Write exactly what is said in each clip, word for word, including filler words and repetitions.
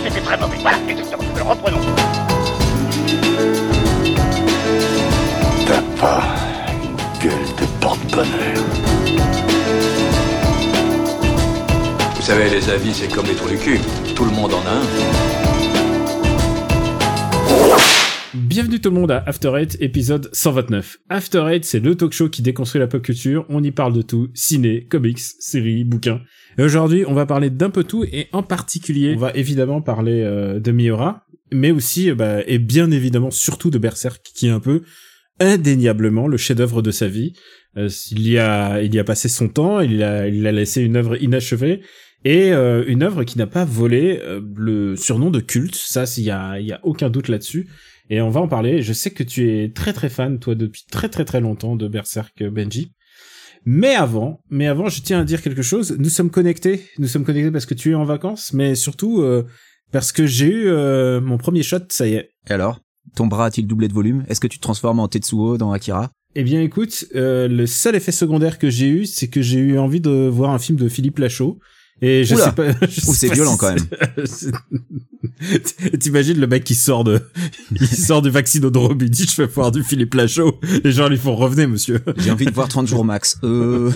c'était très mauvais. Voilà, exactement. Reprenons. T'as pas une gueule de porte-bonheur. Vous savez, les avis, c'est comme les trous du cul. Tout le monde en a un. Bienvenue tout le monde à After Eight, épisode cent vingt-neuf. After Eight, c'est le talk show qui déconstruit la pop culture. On y parle de tout, ciné, comics, séries, bouquins. Et aujourd'hui, on va parler d'un peu tout, et en particulier, on va évidemment parler euh, de Miura, mais aussi, euh, bah, et bien évidemment, surtout de Berserk, qui est un peu indéniablement le chef-d'œuvre de sa vie. Euh, il y a, il y a passé son temps, il a, il a laissé une œuvre inachevée. Et euh, une œuvre qui n'a pas volé euh, le surnom de culte, ça, il y a, il y a aucun doute là-dessus. Et on va en parler. Je sais que tu es très très fan, toi, depuis très très très longtemps de Berserk, Benji. Mais avant, mais avant, je tiens à dire quelque chose. Nous sommes connectés. Nous sommes connectés parce que tu es en vacances, mais surtout euh, parce que j'ai eu euh, mon premier shot. Ça y est. Et alors, ton bras a-t-il doublé de volume? Est-ce que tu te transformes en Tetsuo dans Akira? Eh bien, écoute, euh, le seul effet secondaire que j'ai eu, c'est que j'ai eu envie de voir un film de Philippe Lachaud. Et je Oula. sais pas. Je Ouh, sais c'est pas violent si quand même. T'imagines le mec qui sort de, il sort du vaccinodrome, il dit je vais voir du Philippe Lachaud. Les gens lui font revenez monsieur. J'ai envie de voir trente jours max. Euh...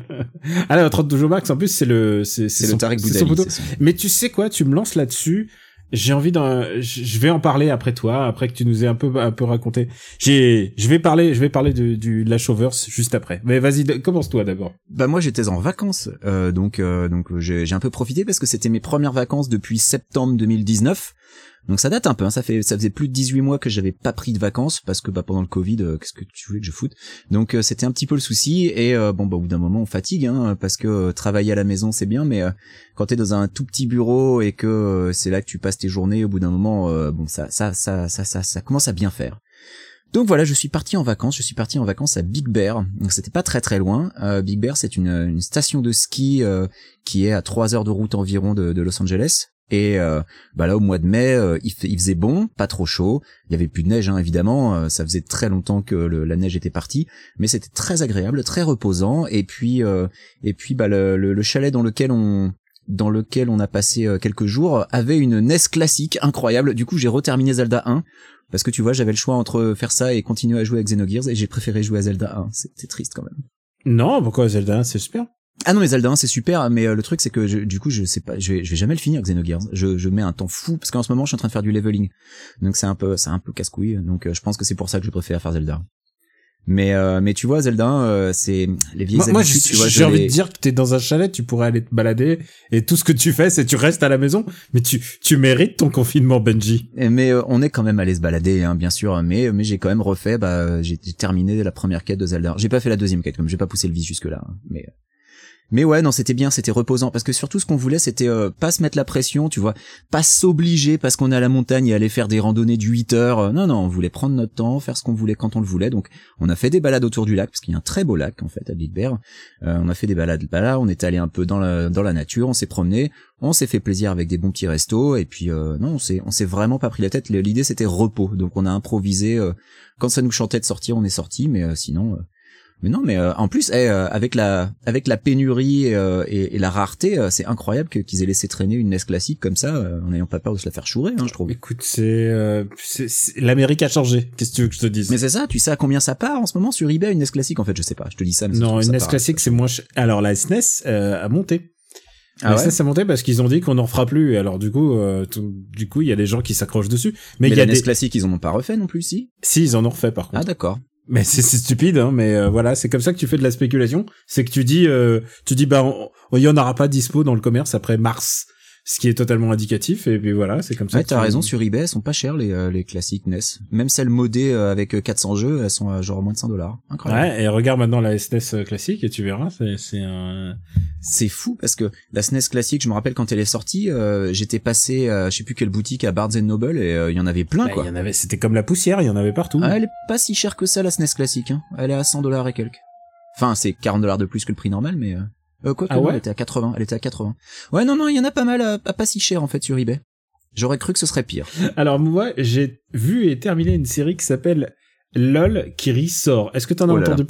Alors trente jours max en plus c'est le, c'est, c'est, c'est son, le Tarek c'est son Boudali. poteau. Mais tu sais quoi, tu me lances là-dessus. J'ai envie d'en, je vais en parler après toi, après que tu nous aies un peu, un peu raconté. J'ai, je vais parler, je vais parler de, du Lachaudverse juste après. Mais vas-y, commence-toi d'abord. Bah moi j'étais en vacances, euh, donc euh, donc j'ai, j'ai un peu profité parce que c'était mes premières vacances depuis septembre deux mille dix-neuf. Donc ça date un peu, hein, ça fait ça faisait plus de dix-huit mois que j'avais pas pris de vacances parce que bah pendant le Covid, euh, qu'est-ce que tu voulais que je foute. Donc euh, c'était un petit peu le souci et euh, bon bah au bout d'un moment on fatigue hein, parce que euh, travailler à la maison c'est bien, mais euh, quand t'es dans un tout petit bureau et que euh, c'est là que tu passes tes journées, au bout d'un moment euh, bon ça ça ça ça ça ça commence à bien faire. Donc voilà, je suis parti en vacances, je suis parti en vacances à Big Bear. Donc c'était pas très très loin. Euh, Big Bear c'est une une station de ski euh, qui est à trois heures de route environ de, de Los Angeles. Et euh, bah là au mois de mai, euh, il, fait, il faisait bon, pas trop chaud. Il y avait plus de neige hein, évidemment. Euh, ça faisait très longtemps que le, la neige était partie, mais c'était très agréable, très reposant. Et puis euh, et puis bah le, le, le chalet dans lequel on dans lequel on a passé euh, quelques jours avait une N E S classique incroyable. Du coup j'ai reterminé Zelda un parce que tu vois j'avais le choix entre faire ça et continuer à jouer à Xenogears et j'ai préféré jouer à Zelda un. C'était triste quand même. Non, pourquoi Zelda un, c'est super. Ah non mais Zelda un c'est super, mais euh, le truc c'est que je, du coup je sais pas, je vais, je vais jamais le finir Xenogears. Je, je mets un temps fou parce qu'en ce moment je suis en train de faire du leveling, donc c'est un peu, c'est un peu casse-couille. Donc euh, je pense que c'est pour ça que je préfère faire Zelda. Mais euh, mais tu vois Zelda un, euh, c'est les vieilles moi, habitudes. Moi tu vois, j'ai envie les... de dire que t'es dans un chalet, tu pourrais aller te balader et tout ce que tu fais c'est tu restes à la maison, mais tu tu mérites ton confinement Benji. Mais euh, on est quand même allé se balader hein, bien sûr, mais mais j'ai quand même refait, bah j'ai, j'ai terminé la première quête de Zelda. J'ai pas fait la deuxième quête comme j'ai pas poussé le vice jusque là, hein, mais Mais ouais, non, c'était bien, c'était reposant, parce que surtout ce qu'on voulait, c'était euh, pas se mettre la pression, tu vois, pas s'obliger parce qu'on est à la montagne et aller faire des randonnées du huit heures. Euh, non, non, on voulait prendre notre temps, faire ce qu'on voulait quand on le voulait. Donc, on a fait des balades autour du lac, parce qu'il y a un très beau lac en fait à Big Bear. Euh, on a fait des balades là, on est allé un peu dans la dans la nature, on s'est promené, on s'est fait plaisir avec des bons petits restos, et puis euh, non, on s'est on s'est vraiment pas pris la tête. L'idée c'était repos, donc on a improvisé. Euh, quand ça nous chantait de sortir, on est sorti, mais euh, sinon. Euh, Mais non, mais euh, en plus, eh, euh, avec la avec la pénurie euh, et, et la rareté, euh, c'est incroyable que, qu'ils aient laissé traîner une N E S classique comme ça, euh, en n'ayant pas peur de se la faire chourer, hein, je trouve. Écoute, c'est, euh, c'est, c'est l'Amérique a changé. Qu'est-ce que tu veux que je te dise? Mais c'est ça, tu sais à combien ça part en ce moment sur eBay une N E S classique? En fait, je sais pas, je te dis ça. Mais non, une N E S part, classique, c'est moins cher. Alors la S N E S euh, a monté. Ah la ouais S N E S a monté parce qu'ils ont dit qu'on n'en fera plus. Alors du coup, euh, tout, du coup, il y a des gens qui s'accrochent dessus. Mais, mais il y a la N E S des classique, ils en ont pas refait non plus, si? Si, ils en ont refait par contre. Ah d'accord. Mais c'est, c'est stupide, hein, mais euh, voilà, c'est comme ça que tu fais de la spéculation. C'est que tu dis, euh, tu dis, bah, il y en aura pas dispo dans le commerce après mars, ce qui est totalement indicatif. Et puis voilà, c'est comme ça. Ouais, que t'as tu... raison, sur eBay, elles sont pas chères les euh, les classiques N E S. Même celles modées euh, avec quatre cents jeux, elles sont à genre moins de cent dollars. Incroyable. Ouais, et regarde maintenant la S N E S classique et tu verras, c'est c'est un c'est fou parce que la S N E S classique, je me rappelle quand elle est sortie, euh, j'étais passé à je sais plus quelle boutique à Barnes and Noble et il euh, y en avait plein bah, quoi. Il y en avait, c'était comme la poussière, il y en avait partout. Ah, elle est pas si chère que ça la S N E S classique hein. Elle est à cent dollars et quelques. Enfin, c'est quarante dollars de plus que le prix normal mais euh... Euh, quoi que ah non, ouais elle était à quatre-vingts, elle était à quatre-vingts. Ouais, non, non, il y en a pas mal à, à pas si cher, en fait, sur eBay. J'aurais cru que ce serait pire. Alors, moi, j'ai vu et terminé une série qui s'appelle LOL Kiri sort. Est-ce que t'en as oh là entendu là. parler?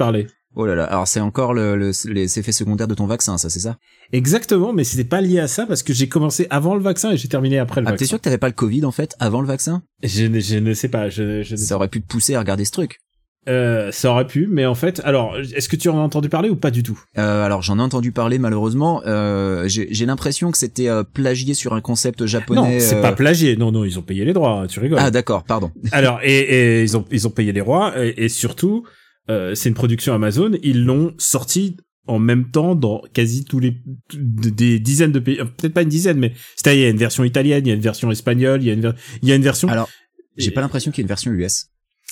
Oh là là, alors c'est encore le, le, les effets secondaires de ton vaccin, ça, c'est ça? Exactement, mais c'était pas lié à ça parce que j'ai commencé avant le vaccin et j'ai terminé après le Ah, vaccin. t'es sûr que t'avais pas le Covid, en fait, avant le vaccin? Je, ne- je ne sais pas, je, je ne sais Ça aurait pu te pousser à regarder ce truc. Euh, ça aurait pu, mais en fait, alors, est-ce que tu en as entendu parler ou pas du tout? Euh, alors j'en ai entendu parler malheureusement. Euh, j'ai, j'ai l'impression que c'était euh, plagié sur un concept japonais. Non, c'est euh, pas plagié. Non, non, ils ont payé les droits. Tu rigoles. Ah d'accord, pardon. Alors, et, et ils ont ils ont payé les droits et, et surtout, euh, c'est une production Amazon. Ils l'ont sorti en même temps dans quasi tous les des dizaines de pays. Peut-être pas une dizaine, mais c'est il y a une version italienne, il y a une version espagnole, il y a une ver- il y a une version. Alors j'ai pas l'impression qu'il y ait une version U S.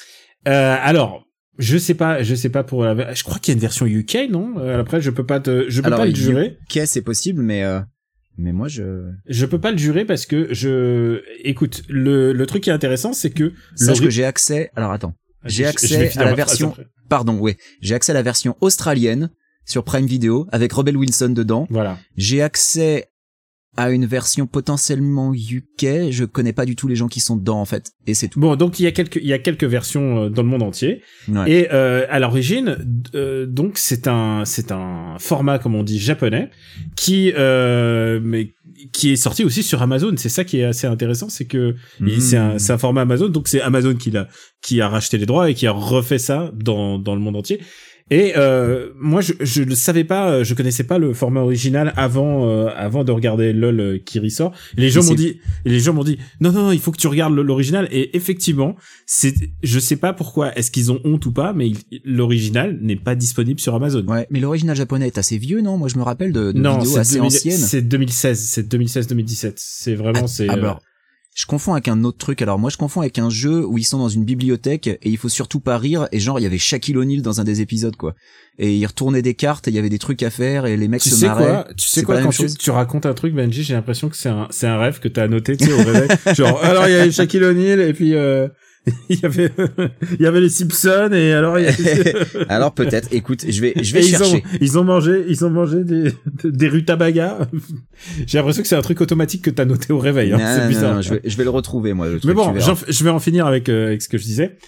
Euh, alors. Je sais pas, je sais pas pour la. Je crois qu'il y a une version U K, non? Euh, après, je peux pas te, je peux Alors, pas le jurer. U K c'est possible, mais euh, mais moi je. Je peux pas le jurer parce que je. Écoute, le le truc qui est intéressant, c'est que. Sache le... que j'ai accès. Alors attends, j'ai Je- accès je vais à finir la ma phrase version. après. Pardon, ouais, j'ai accès à la version australienne sur Prime Video avec Rebel Wilson dedans. Voilà. J'ai accès à une version potentiellement U K. Je connais pas du tout les gens qui sont dedans en fait, et c'est tout. Bon, donc il y a quelques il y a quelques versions euh, dans le monde entier. Ouais. Et euh, à l'origine, euh, donc c'est un c'est un format comme on dit japonais qui euh, mais qui est sorti aussi sur Amazon. C'est ça qui est assez intéressant, c'est que Mmh. il- c'est un c'est un format Amazon, donc c'est Amazon qui l'a qui a racheté les droits et qui a refait ça dans dans le monde entier. Et euh, moi je je le savais pas, je connaissais pas le format original avant euh, avant de regarder LOL euh, qui ressort. Et les gens C'est- m'ont dit et les gens m'ont dit non non il faut que tu regardes le- l'original. Et effectivement c'est je sais pas pourquoi est-ce qu'ils ont honte ou pas, mais il- l'original n'est pas disponible sur Amazon. Ouais, mais l'original japonais est assez vieux, non? Moi, je me rappelle de, de Non, vidéos c'est assez deux mille anciennes. c'est deux mille seize, c'est deux mille seize deux mille dix-sept. C'est vraiment Ah, c'est ah, euh, bah, je confonds avec un autre truc. Alors moi, je confonds avec un jeu où ils sont dans une bibliothèque et il faut surtout pas rire. Et genre, il y avait Shaquille O'Neal dans un des épisodes, quoi. Et ils retournaient des cartes et il y avait des trucs à faire et les mecs tu se sais marraient. quoi, tu sais C'est quoi pas la quand même tu, chose tu racontes un truc Benji, j'ai l'impression que c'est un c'est un rêve que t'as noté tu sais au réveil. Genre alors il y avait Shaquille O'Neal et puis euh, il y avait il y avait les Simpsons et alors il y a... Alors peut-être. Écoute, je vais, je vais Et ils chercher. ont, ils ont mangé, ils ont mangé des, des rutabagas. J'ai l'impression que c'est un truc automatique que t'as noté au réveil. Hein. Non, C'est non, bizarre. non, je vais, je vais le retrouver moi. Le truc, Mais bon, tu verras. j'en- je vais en finir avec, euh, avec ce que je disais.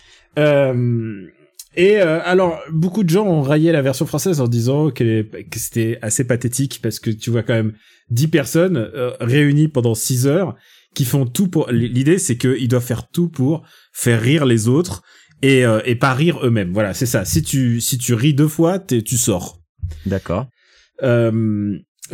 Euh, et euh, alors, beaucoup de gens ont raillé la version française en disant qu'elle est, que c'était assez pathétique parce que tu vois quand même dix personnes euh, réunies pendant six heures qui font tout pour. L'idée, c'est qu'ils doivent faire tout pour faire rire les autres et euh, et pas rire eux-mêmes. Voilà, c'est ça. Si tu si tu ris deux fois, t'es, tu sors. D'accord. Euh,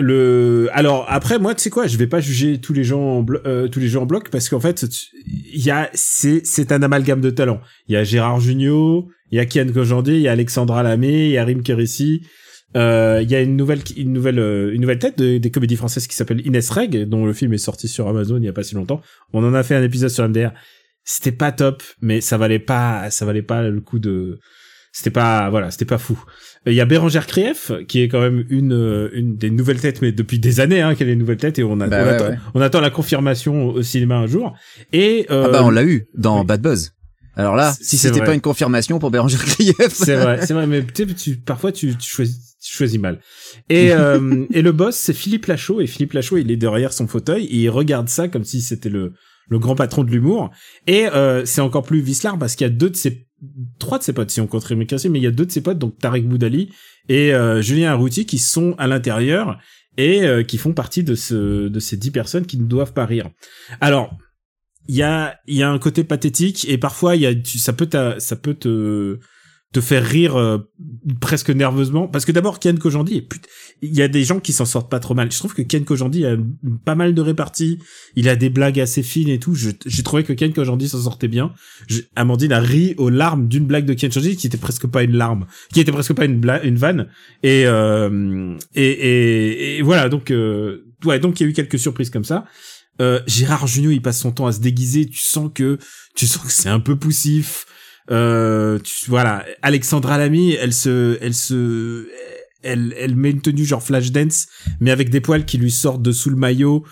le alors après moi tu sais quoi, je vais pas juger tous les gens en blo- euh, tous les gens en bloc parce qu'en fait il y a c'est c'est un amalgame de talents. Il y a Gérard Jugnot, il y a Kian Kojandi, il y a Alexandra Lamé, il y a Rim Kérissi. Euh, il y a une nouvelle une nouvelle euh, une nouvelle tête de, des comédies françaises qui s'appelle Inès Reg, dont le film est sorti sur Amazon il y a pas si longtemps. On en a fait un épisode sur M D R. C'était pas top, mais ça valait pas ça valait pas le coup de c'était pas voilà, c'était pas fou. Il y a Bérangère Krief qui est quand même une euh, une des nouvelles têtes, mais depuis des années hein qu'elle est une nouvelle tête et on, a, Bah on, ouais, attend, ouais. on attend la confirmation au cinéma un jour. Et euh, Ah bah on l'a eu dans oui. Bad Buzz. Alors là, C'est- si c'est c'était vrai. pas une confirmation pour Bérangère Krief. c'est vrai, c'est vrai, mais tu, sais, tu parfois tu, tu choisis tu choisis mal. Et euh, et le boss c'est Philippe Lachaud et Philippe Lachaud il est derrière son fauteuil et il regarde ça comme si c'était le le grand patron de l'humour. Et euh, c'est encore plus vicelard parce qu'il y a deux de ses trois de ses potes si on compte Rémi Cassi, mais il y a deux de ses potes donc Tarek Boudali et euh, Julien Arrouti qui sont à l'intérieur et euh, qui font partie de ce de ces dix personnes qui ne doivent pas rire. Alors il y a il y a un côté pathétique et parfois il y a tu, ça peut t'a- ça peut te te faire rire euh, presque nerveusement parce que d'abord Kian Kojandi et put- il y a des gens qui s'en sortent pas trop mal. Je trouve que Kian Kojandi a pas mal de réparties, il a des blagues assez fines et tout. Je, j'ai trouvé que Kian Kojandi s'en sortait bien. Je, Amandine a ri aux larmes d'une blague de Kian Kojandi qui était presque pas une larme, qui était presque pas une bla- une vanne et euh, et, et et voilà donc euh, ouais donc il y a eu quelques surprises comme ça. Euh, Gérard Jugnot il passe son temps à se déguiser, tu sens que tu sens que c'est un peu poussif. Euh, tu, voilà, Alexandra Lamy, elle se, elle se, elle, elle met une tenue genre Flashdance, mais avec des poils qui lui sortent de sous le maillot.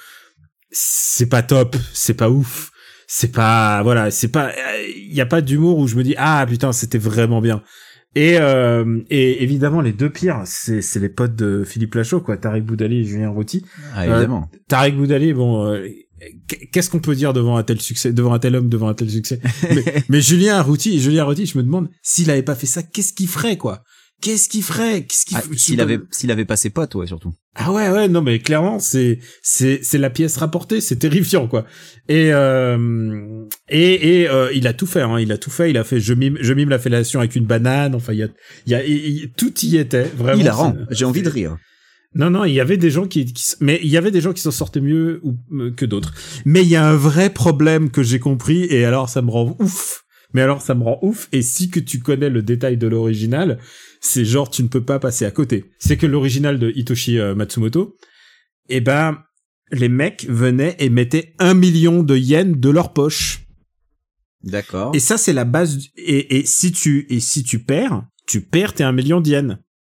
C'est pas top, c'est pas ouf, c'est pas, voilà, c'est pas, il y a pas d'humour où je me dis ah putain c'était vraiment bien. Et euh, et évidemment les deux pires, c'est c'est les potes de Philippe Lachaud quoi, Tarek Boudali et Julien Arrouti. Ah, évidemment. Euh, Tarek Boudali, bon. Euh, Qu'est-ce qu'on peut dire devant un tel succès, devant un tel homme, devant un tel succès mais, mais Julien Arrouti, Julien Arrouti, je me demande s'il avait pas fait ça, qu'est-ce qu'il ferait quoi qu'est-ce qu'il ferait? Qu'est-ce qu'il Ah, f- s'il je- avait, s'il avait pas ses potes, ouais, surtout. Ah ouais, ouais, non, mais clairement, c'est, c'est, c'est la pièce rapportée, c'est terrifiant, quoi. Et, euh, et, et, euh, il a tout fait, hein, il a tout fait, il a fait, je mime, je mime la fellation avec une banane, enfin, il y a, il y a, il- il- tout y était, vraiment. Il a rend. C'est- J'ai envie de rire. Non, non, il y avait des gens qui, qui s- mais il y avait des gens qui s'en sortaient mieux ou, euh, que d'autres. Mais il y a un vrai problème que j'ai compris, et alors ça me rend ouf. Mais alors ça me rend ouf, et si que tu connais le détail de l'original, c'est genre tu ne peux pas passer à côté. C'est que l'original de Hitoshi euh, Matsumoto, eh ben, les mecs venaient et mettaient un million de yens de leur poche. D'accord. Et ça, c'est la base, du- et, et si tu, et si tu perds, tu perds tes un million de yens.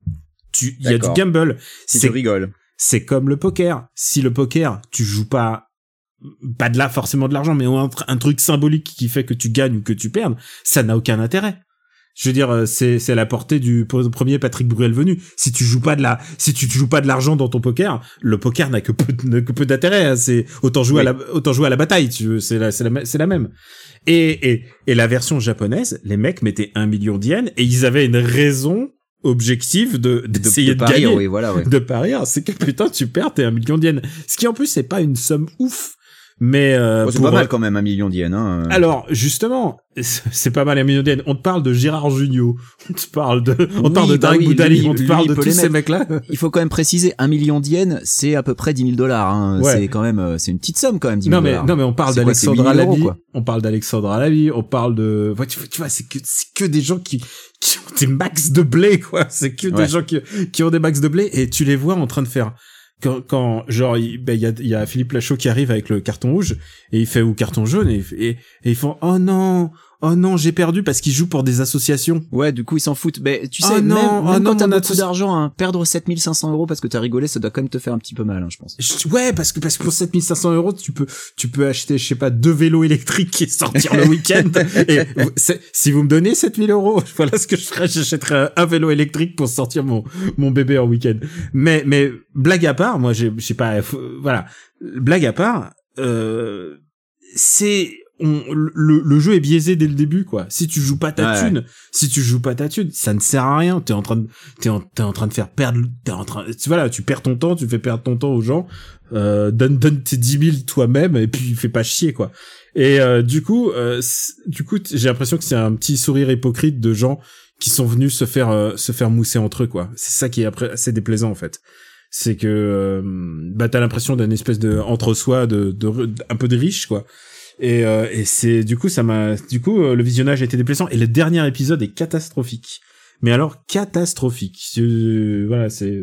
Tu, il y a du D'accord. gamble. Si C'est tu rigoles. c'est comme le poker. Si le poker, tu joues pas, pas de là forcément de l'argent, mais un, un truc symbolique qui fait que tu gagnes ou que tu perdes, ça n'a aucun intérêt. Je veux dire, euh, c'est, c'est la portée du p- premier Patrick Bruel venu. Si tu joues pas de la, si tu, tu joues pas de l'argent dans ton poker, le poker n'a que peu, n'a que peu d'intérêt. Hein. C'est autant jouer Oui. à la, autant jouer à la bataille. Tu veux, c'est la, c'est la, c'est la même. Et, et, et la version japonaise, les mecs mettaient un million d'yens et ils avaient une raison objective de, De, d'essayer de de, parier, gagner oui, voilà, ouais. de parier, c'est que putain tu perds t'es un million d'yens. Ce qui en plus c'est pas une somme ouf, mais euh, Bon, c'est pour- pas mal quand même, un million d'yens, hein. Alors justement, c'est pas mal un million d'yens. On te parle de Gérard Jugnot, on te parle de, on te Oui, parle de bah Tarek oui, Boudali, lui, on te lui, parle il de peut tous les ces mettre. mecs-là. Il faut quand même préciser, un million d'yens, c'est à peu près dix mille dollars, hein. Ouais. C'est quand même, euh, c'est une petite somme quand même, dix mille Non mais dollars. non mais on parle C'est quoi, c'est d'Alexandra huit mille euros, Labi, quoi. on parle d'Alexandra Labi, on parle de, ouais, tu, vois- tu vois, c'est que c'est que des gens qui qui ont des max de blé quoi. C'est que Ouais. des gens qui qui ont des max de blé et tu les vois en train de faire. Quand, quand genre il ben, il y a il y a Philippe Lachaud qui arrive avec le carton rouge et il fait ou carton jaune et et, et ils font oh non oh non j'ai perdu parce qu'ils jouent pour des associations. Ouais, du coup, ils s'en foutent. Mais tu sais, Oh non, même, oh même non, quand t'as mon beaucoup associ- d'argent, hein, perdre sept mille cinq cents euros parce que t'as rigolé, ça doit quand même te faire un petit peu mal, hein, je pense. Je- Ouais, parce que parce que pour sept mille cinq cents euros, tu peux tu peux acheter, je sais pas, deux vélos électriques et sortir le week-end. Et vous- c'est- si vous me donnez sept mille euros, voilà ce que je ferais. J'achèterais un, un vélo électrique pour sortir mon mon bébé en week-end. Mais mais blague à part, moi j'ai je sais pas, faut- voilà, blague à part, euh, c'est on, le, le jeu est biaisé dès le début quoi. Si tu joues pas ta Ouais. thune, si tu joues pas ta thune, ça ne sert à rien. T'es en train de t'es en, t'es en train de faire perdre, t'es en train, tu voilà, tu perds ton temps, tu fais perdre ton temps aux gens. Euh, donne donne tes dix mille toi-même et puis fais pas chier quoi. Et euh, du coup, euh, c- du coup, t- j'ai l'impression que c'est un petit sourire hypocrite de gens qui sont venus se faire euh, se faire mousser entre eux quoi. C'est ça qui est après assez déplaisant en fait. C'est que euh, bah t'as l'impression d'une espèce de entre-soi de, de, un peu de riche quoi. Et, euh, et c'est du coup ça m'a du coup euh, le visionnage a été déplaisant et le dernier épisode est catastrophique. Mais alors catastrophique. Euh, voilà, c'est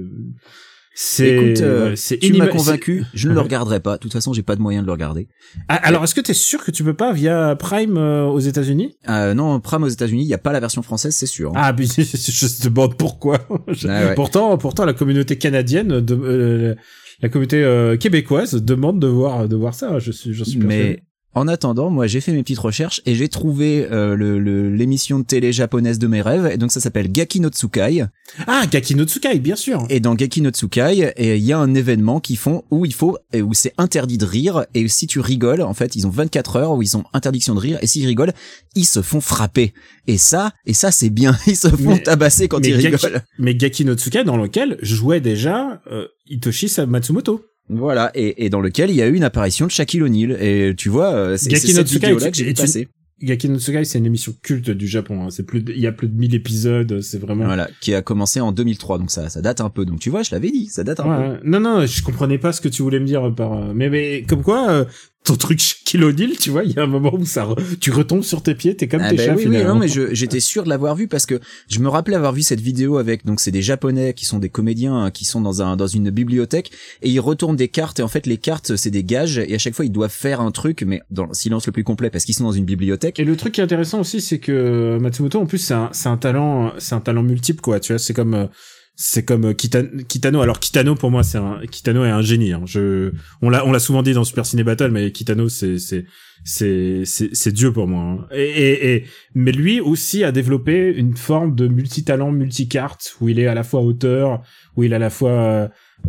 c'est Écoute, euh, ouais, c'est tu m'as inima- convaincu, je ne le Ouais. regarderai pas. De toute façon, j'ai pas de moyen de le regarder. Ah, alors est-ce que t'es sûr que tu peux pas via Prime euh, aux États-Unis? Euh, non, Prime aux États-Unis, il y a pas la version française, c'est sûr. Ah, puis je te demande pourquoi. Je- Ah ouais. Pourtant, pourtant la communauté canadienne, de, euh, la communauté euh, québécoise demande de voir de voir ça. Je suis, j'en suis persuadé. Mais en attendant, moi, j'ai fait mes petites recherches et j'ai trouvé euh, le, le- l'émission de télé japonaise de mes rêves. Et donc, ça s'appelle Gaki no Tsukai. Ah, Gaki no Tsukai, bien sûr. Et dans Gaki no Tsukai, et il y a un événement qu'ils font où il faut, et où c'est interdit de rire. Et si tu rigoles, en fait, ils ont vingt-quatre heures où ils ont interdiction de rire. Et s'ils rigolent, ils se font frapper. Et ça, et ça, c'est bien. Ils se font Mais- tabasser quand mais ils Gaki- rigolent. Mais Gaki no Tsukai, dans lequel jouait déjà euh, Hitoshi Matsumoto. Voilà. Et, et dans lequel il y a eu une apparition de Shaquille O'Neal. Et tu vois, euh, c'est, Gaki c'est no cette Tsukai vidéo-là est- que j'ai vu est une- passer. Gaki no Tsukai, c'est une émission culte du Japon. Hein. C'est plus, de- il y a plus de mille épisodes. C'est vraiment. Voilà. Qui a commencé en deux mille trois. Donc ça, ça date un peu. Donc tu vois, je l'avais dit, ça date un Ouais, peu. ouais. Non, non, je comprenais pas ce que tu voulais me dire par. euh, Mais, mais comme quoi, euh, ton truc Shaquille O'Neal, tu vois, il y a un moment où ça, re- tu retombes sur tes pieds, t'es comme Ah tes ben chats oui, oui, finalement. non, mais je, j'étais sûr de l'avoir vu parce que je me rappelais avoir vu cette vidéo avec, donc c'est des Japonais qui sont des comédiens hein, qui sont dans un, dans une bibliothèque et ils retournent des cartes et en fait les cartes c'est des gages et à chaque fois ils doivent faire un truc mais dans le silence le plus complet parce qu'ils sont dans une bibliothèque. Et le truc qui est intéressant aussi, c'est que Matsumoto, en plus, c'est un, c'est un talent, c'est un talent multiple, quoi. Tu vois, c'est comme, euh, c'est comme euh, Kitano. Kitano. Alors Kitano, pour moi, c'est un, Kitano est un génie. Hein. Je, on l'a, on l'a souvent dit dans Super Ciné Battle, mais Kitano, c'est, c'est, c'est, c'est, c'est Dieu pour moi. Hein. Et, et, et, mais lui aussi a développé une forme de multitalent, multicarte, où il est à la fois auteur, où il est à la fois euh,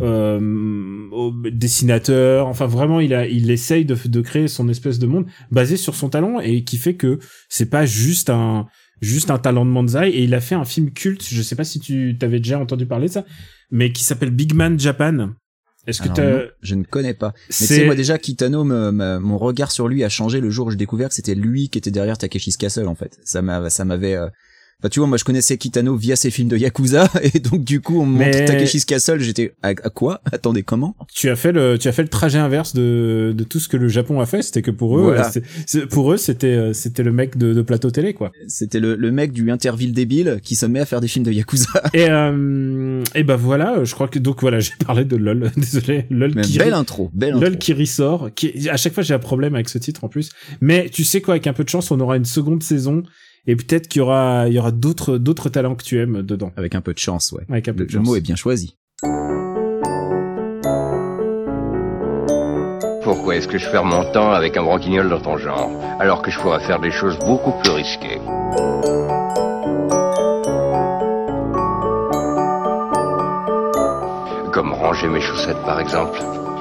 euh, au- dessinateur. Enfin, vraiment, il a, il essaye de, de créer son espèce de monde basé sur son talent et qui fait que c'est pas juste un juste un talent de manzai, et il a fait un film culte, je sais pas si tu t'avais déjà entendu parler de ça, mais qui s'appelle Big Man Japan. Est-ce que Alors, t'as... non, je ne connais pas. Mais tu C'est- sais, moi déjà, Kitano, me, me- mon regard sur lui a changé le jour où j'ai découvert que c'était lui qui était derrière Takeshi's Castle, en fait. Ça m'a, ça m'avait... Euh... Enfin, tu vois, moi je connaissais Kitano via ses films de Yakuza, et donc du coup on me Mais- montre Takeshi's Castle, j'étais à, à quoi? Attendez, comment? Tu as fait le, tu as fait le trajet inverse de, de tout ce que le Japon a fait. C'était que pour eux, Voilà. euh, c'est, c'est- pour eux, c'était, euh, c'était le mec de, de plateau télé, quoi. C'était le, le mec du Interville débile qui se met à faire des films de Yakuza. Et, euh, et bah voilà, je crois que, donc voilà, j'ai parlé de LOL. Désolé, LOL Mais qui, belle intro, belle intro. LOL qui ressort. Qui, à chaque fois, j'ai un problème avec ce titre en plus. Mais tu sais quoi, avec un peu de chance, on aura une seconde saison. Et peut-être qu'il y aura, il y aura d'autres, d'autres talents que tu aimes dedans. Avec un peu de chance, ouais. Avec un peu Le, de le chance. mot est bien choisi. Pourquoi est-ce que je perds mon temps avec un branquignol dans ton genre, alors que je pourrais faire des choses beaucoup plus risquées? Comme ranger mes chaussettes, par exemple.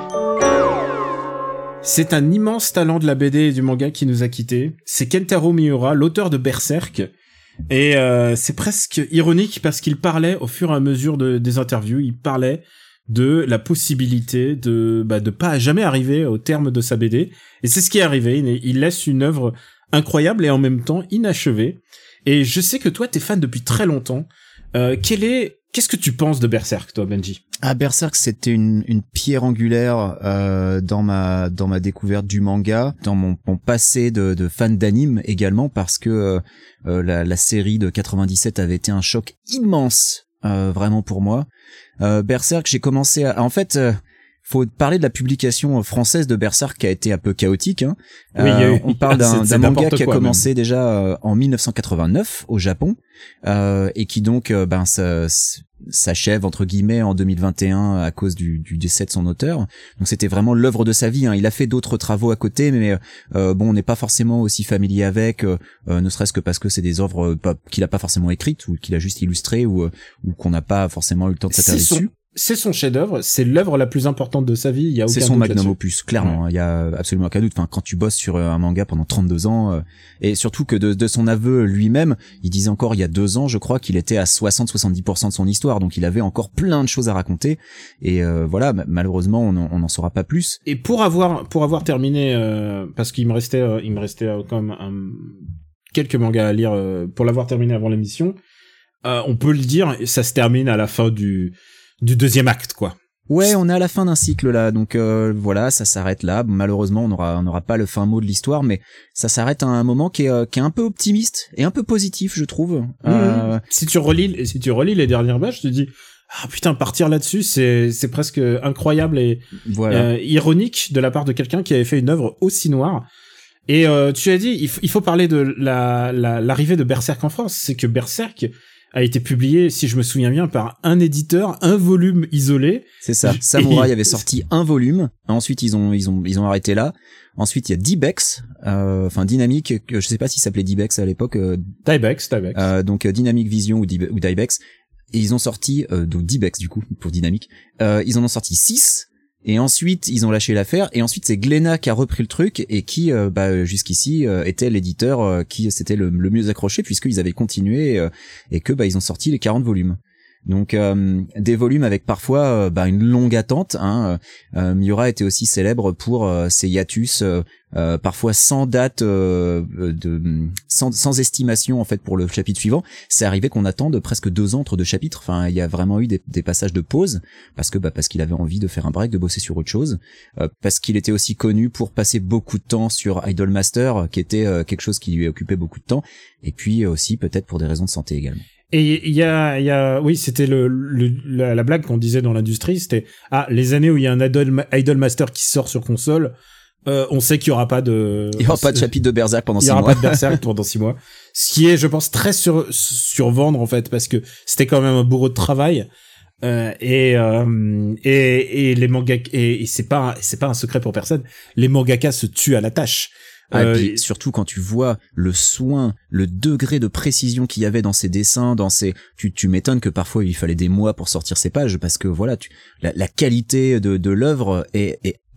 C'est un immense talent de la B D et du manga qui nous a quittés. C'est Kentaro Miura, l'auteur de Berserk. Et euh, c'est presque ironique parce qu'il parlait au fur et à mesure de, des interviews, il parlait de la possibilité de bah, de pas jamais arriver au terme de sa B D. Et c'est ce qui est arrivé. Il, il laisse une œuvre incroyable et en même temps inachevée. Et je sais que toi, t'es fan depuis très longtemps. Euh, quel est, qu'est-ce que tu penses de Berserk, toi, Benji? Ah, Berserk, c'était une, une pierre angulaire euh, dans ma dans ma découverte du manga, dans mon, mon passé de, de fan d'anime également, parce que euh, euh, la, la série de quatre-vingt-dix-sept avait été un choc immense, euh, vraiment pour moi. Euh, Berserk, j'ai commencé à... En fait... Euh, faut parler de la publication française de Berserk qui a été un peu chaotique. Hein. Oui, il y a eu- Euh, on parle c'est- d'un, c'est d'un manga n'importe qui a quoi, commencé même. déjà euh, en mille neuf cent quatre-vingt-neuf au Japon euh, et qui donc euh, ben ça, s'achève entre guillemets en deux mille vingt et un à cause du, du décès de son auteur. Donc c'était vraiment l'œuvre de sa vie. Hein. Il a fait d'autres travaux à côté, mais euh, bon, on n'est pas forcément aussi familier avec, euh, ne serait-ce que parce que c'est des œuvres euh, pas, qu'il a pas forcément écrites ou qu'il a juste illustrées ou, ou qu'on n'a pas forcément eu le temps de s'attarder C'est son- dessus. C'est son chef-d'œuvre, c'est l'œuvre la plus importante de sa vie, il y a aucun C'est son doute magnum là-dessus. opus, clairement. Il y a absolument aucun doute. Enfin, quand tu bosses sur un manga pendant trente-deux ans, euh, et surtout que de, de son aveu lui-même, il disait encore il y a deux ans, je crois, qu'il était à soixante à soixante-dix pour cent de son histoire. Donc il avait encore plein de choses à raconter. Et euh, voilà, malheureusement, on n'en saura pas plus. Et pour avoir pour avoir terminé, euh, parce qu'il me restait euh, il me restait euh, quand même un, quelques mangas à lire euh, pour l'avoir terminé avant l'émission, euh, on peut le dire, ça se termine à la fin du du deuxième acte, quoi. Ouais, on est à la fin d'un cycle là, donc euh, voilà, ça s'arrête là. Malheureusement, on n'aura on n'aura pas le fin mot de l'histoire, mais ça s'arrête à un moment qui est euh, qui est un peu optimiste et un peu positif, je trouve. Mmh. Euh... Si tu relis si tu relis les dernières pages, tu te dis ah putain, partir là-dessus, c'est c'est presque incroyable et voilà. euh, ironique de la part de quelqu'un qui avait fait une œuvre aussi noire. Et euh, tu as dit, il, f- il faut parler de la la- l'arrivée de Berserk en France. C'est que Berserk a été publié, si je me souviens bien, par un éditeur, un volume isolé. C'est ça. Samurai avait sorti un volume. Ensuite, ils ont, ils ont, ils ont arrêté là. Ensuite, il y a Dybex, euh, enfin Dynamic, que je sais pas s'il s'appelait Dybex à l'époque. Euh, Dybex, Dybex. euh, donc euh, Dynamic Vision ou, Dybe- ou Dybex. Et ils ont sorti, euh, donc Dybex du coup, pour Dynamic. Euh, ils en ont sorti six. Et ensuite, ils ont lâché l'affaire. Et ensuite, c'est Glénat qui a repris le truc et qui, euh, bah, jusqu'ici, euh, était l'éditeur euh, qui s'était le, le mieux accroché puisqu'ils avaient continué euh, et que, bah, ils ont sorti les quarante volumes. Donc, euh, des volumes avec parfois, euh, bah, une longue attente. Hein. Euh, Miura était aussi célèbre pour euh, ses hiatus, euh, euh, parfois sans date, euh, de, sans, sans estimation en fait pour le chapitre suivant. C'est arrivé qu'on attende presque deux ans entre deux chapitres. Enfin, il y a vraiment eu des, des passages de pause parce que bah parce qu'il avait envie de faire un break, de bosser sur autre chose, euh, parce qu'il était aussi connu pour passer beaucoup de temps sur Idolmaster, qui était euh, quelque chose qui lui occupait beaucoup de temps, et puis aussi peut-être pour des raisons de santé également. Et il y a, il y a, oui, c'était le, le la, la blague qu'on disait dans l'industrie, c'était ah les années où il y a un Idol, Idolmaster qui sort sur console, euh, on sait qu'il y aura pas de, il y aura pas de chapitre de Berserk pendant six mois. Il y aura pas de Berserk pendant six mois, ce qui est, je pense, très sur survendre en fait, parce que c'était quand même un bourreau de travail. Euh, et, euh, et et les mangakas, et, et c'est pas c'est pas un secret pour personne, les mangakas se tuent à la tâche. Ah, euh, et puis surtout quand tu vois le soin, le degré de précision qu'il y avait dans ses dessins, dans ses, tu, tu m'étonnes que parfois il fallait des mois pour sortir ces pages parce que voilà, tu, la, la qualité de, de l'œuvre est, est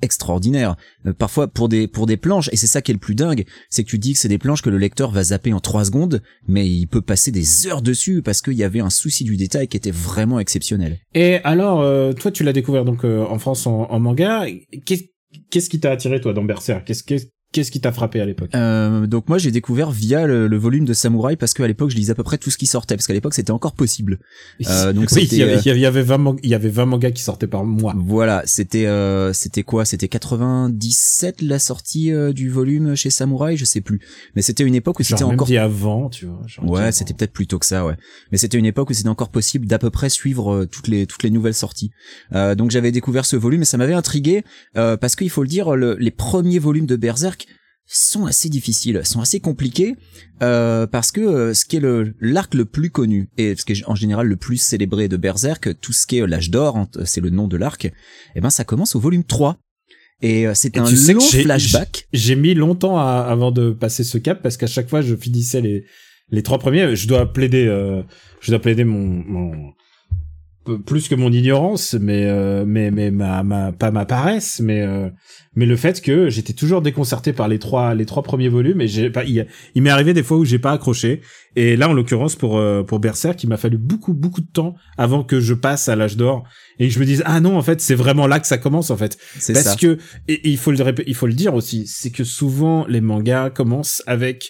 extraordinaires. Euh, parfois pour des pour des planches, et c'est ça qui est le plus dingue, c'est que tu dis que c'est des planches que le lecteur va zapper en trois secondes, mais il peut passer des heures dessus parce qu'il y avait un souci du détail qui était vraiment exceptionnel. Et alors, euh, toi, tu l'as découvert donc euh, en France en, en manga. Qu'est-ce, qu'est-ce qui t'a attiré toi dans Berserk? Qu'est-ce, qu'est-ce Qu'est-ce qui t'a frappé à l'époque? euh, Donc moi j'ai découvert via le, le volume de Samouraï parce qu'à l'époque je lisais à peu près tout ce qui sortait parce qu'à l'époque c'était encore possible. Euh, donc oui, il y avait, il y avait vingt mangas, il y avait vingt mangas qui sortaient par mois. Voilà, c'était euh, c'était quoi? C'était quatre-vingt-dix-sept la sortie euh, du volume chez Samouraï, je sais plus. Mais c'était une époque où genre c'était même encore dit avant, tu vois. Genre ouais, c'était peut-être plus tôt que ça, ouais. Mais c'était une époque où c'était encore possible d'à peu près suivre euh, toutes les toutes les nouvelles sorties. Euh, donc j'avais découvert ce volume et ça m'avait intrigué euh, parce qu'il faut le dire, le, les premiers volumes de Berserk sont assez difficiles, sont assez compliqués euh, parce que euh, ce qui est le l'arc le plus connu et ce qui est en général le plus célébré de Berserk, tout ce qui est l'âge d'or, c'est le nom de l'arc, et ben ça commence au volume trois. Et euh, c'est et un long j'ai, flashback. J'ai, j'ai mis longtemps à, avant de passer ce cap parce qu'à chaque fois je finissais les les trois premiers, je dois plaider euh, je dois plaider mon mon plus que mon ignorance, mais euh, mais mais ma ma pas ma paresse, mais euh, mais le fait que j'étais toujours déconcerté par les trois les trois premiers volumes et j'ai pas il, il m'est arrivé des fois où j'ai pas accroché, et là en l'occurrence pour euh, pour Berserk il m'a fallu beaucoup beaucoup de temps avant que je passe à l'âge d'or et que je me dise ah non en fait c'est vraiment là que ça commence en fait, c'est parce ça. que et, et il faut le il faut le dire aussi, c'est que souvent les mangas commencent avec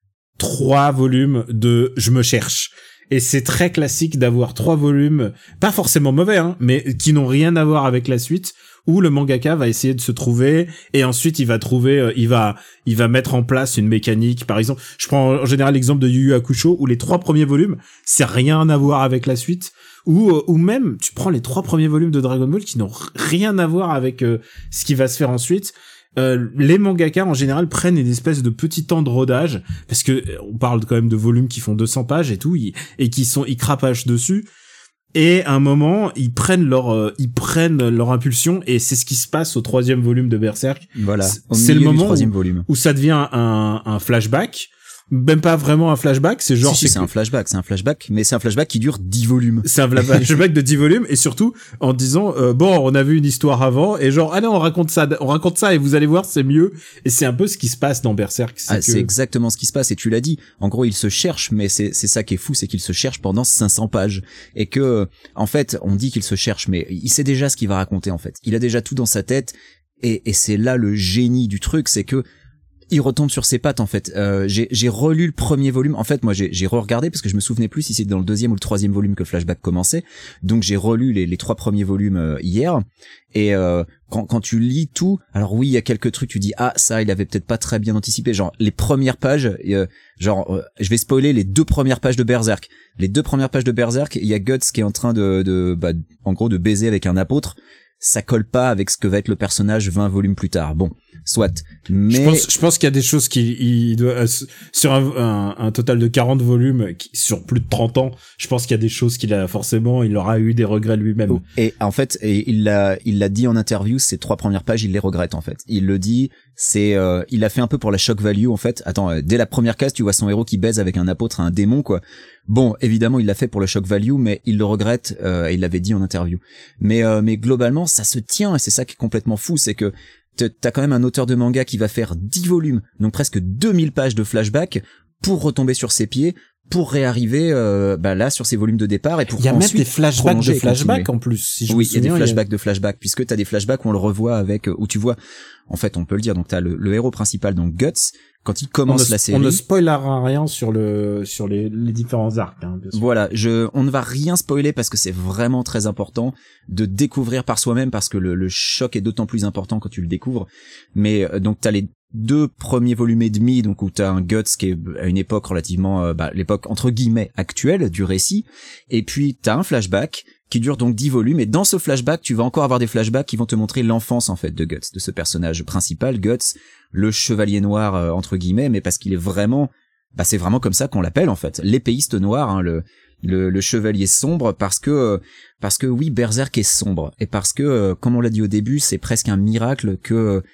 trois volumes de je me cherche. Et c'est très classique d'avoir trois volumes, pas forcément mauvais, hein, mais qui n'ont rien à voir avec la suite, où le mangaka va essayer de se trouver, et ensuite il va trouver, euh, il va, il va mettre en place une mécanique. Par exemple, je prends en général l'exemple de Yu Yu Hakusho, où les trois premiers volumes, c'est rien à voir avec la suite, ou euh, ou même tu prends les trois premiers volumes de Dragon Ball qui n'ont rien à voir avec euh, ce qui va se faire ensuite. Euh, les mangaka en général prennent une espèce de petit temps de rodage parce que euh, on parle quand même de volumes qui font deux cents pages et tout, ils, et qui sont ils crapachent dessus, et à un moment ils prennent leur euh, ils prennent leur impulsion, et c'est ce qui se passe au troisième volume de Berserk. Voilà, au c'est milieu le moment du troisième où, volume où ça devient un, un flashback. Même pas vraiment un flashback, c'est genre... Si, si, c'est, c'est un flashback, c'est un flashback, mais c'est un flashback qui dure dix volumes. C'est un flashback de dix volumes, et surtout, en disant, euh, bon, on a vu une histoire avant, et genre, ah non, on raconte ça, on raconte ça, et vous allez voir, c'est mieux. Et c'est un peu ce qui se passe dans Berserk. C'est, ah, que... c'est exactement ce qui se passe, et tu l'as dit. En gros, il se cherche, mais c'est, c'est ça qui est fou, c'est qu'il se cherche pendant cinq cents pages. Et que, en fait, on dit qu'il se cherche, mais il sait déjà ce qu'il va raconter, en fait. Il a déjà tout dans sa tête, et, et c'est là le génie du truc, c'est que, il retombe sur ses pattes en fait. Euh, j'ai, j'ai relu le premier volume. En fait, moi, j'ai, j'ai re-regardé parce que je me souvenais plus si c'était dans le deuxième ou le troisième volume que le flashback commençait. Donc, j'ai relu les, les trois premiers volumes euh, hier. Et euh, quand, quand tu lis tout, alors oui, il y a quelques trucs. Tu dis ah ça, il avait peut-être pas très bien anticipé. Genre les premières pages, euh, genre euh, je vais spoiler les deux premières pages de Berserk. Les deux premières pages de Berserk, il y a Guts qui est en train de, de bah, en gros, de baiser avec un apôtre. Ça colle pas avec ce que va être le personnage vingt volumes plus tard. Bon, soit. Mais je pense, je pense qu'il y a des choses qui, il doit, euh, sur un, un, un total de quarante volumes, qui, sur plus de trente ans, je pense qu'il y a des choses qu'il a forcément, il aura eu des regrets lui-même. Et en fait, et il l'a, il l'a dit en interview, ces trois premières pages, il les regrette en fait. Il le dit, c'est, euh, il a fait un peu pour la shock value en fait. Attends, euh, dès la première case, tu vois son héros qui baise avec un apôtre, un démon quoi. Bon, évidemment, il l'a fait pour le shock value, mais il le regrette, euh, il l'avait dit en interview. Mais, euh, mais globalement, ça se tient, et c'est ça qui est complètement fou, c'est que t'as quand même un auteur de manga qui va faire dix volumes, donc presque deux mille pages de flashback, pour retomber sur ses pieds, pour réarriver euh, bah là sur ses volumes de départ, et pour il y a ensuite même des flashbacks de flashbacks en plus, si je oui me souviens, il y a des flashbacks a... de flashbacks, puisque t'as des flashbacks où on le revoit avec, où tu vois, en fait on peut le dire, donc t'as le, le héros principal, donc Guts, quand il commence ne, la série, on ne spoilera rien sur le sur les, les différents arcs, hein, bien sûr. Voilà, je on ne va rien spoiler parce que c'est vraiment très important de découvrir par soi-même, parce que le, le choc est d'autant plus important quand tu le découvres. Mais euh, donc t'as les deux premiers volumes et demi, donc où t'as un Guts qui est à une époque relativement, euh, bah, l'époque entre guillemets actuelle du récit, et puis t'as un flashback qui dure donc dix volumes, et dans ce flashback, tu vas encore avoir des flashbacks qui vont te montrer l'enfance en fait de Guts, de ce personnage principal, Guts, le chevalier noir euh, entre guillemets, mais parce qu'il est vraiment, bah c'est vraiment comme ça qu'on l'appelle en fait, l'épéiste noir, hein, le, le le chevalier sombre, parce que euh, parce que oui, Berserk est sombre, et parce que euh, comme on l'a dit au début, c'est presque un miracle que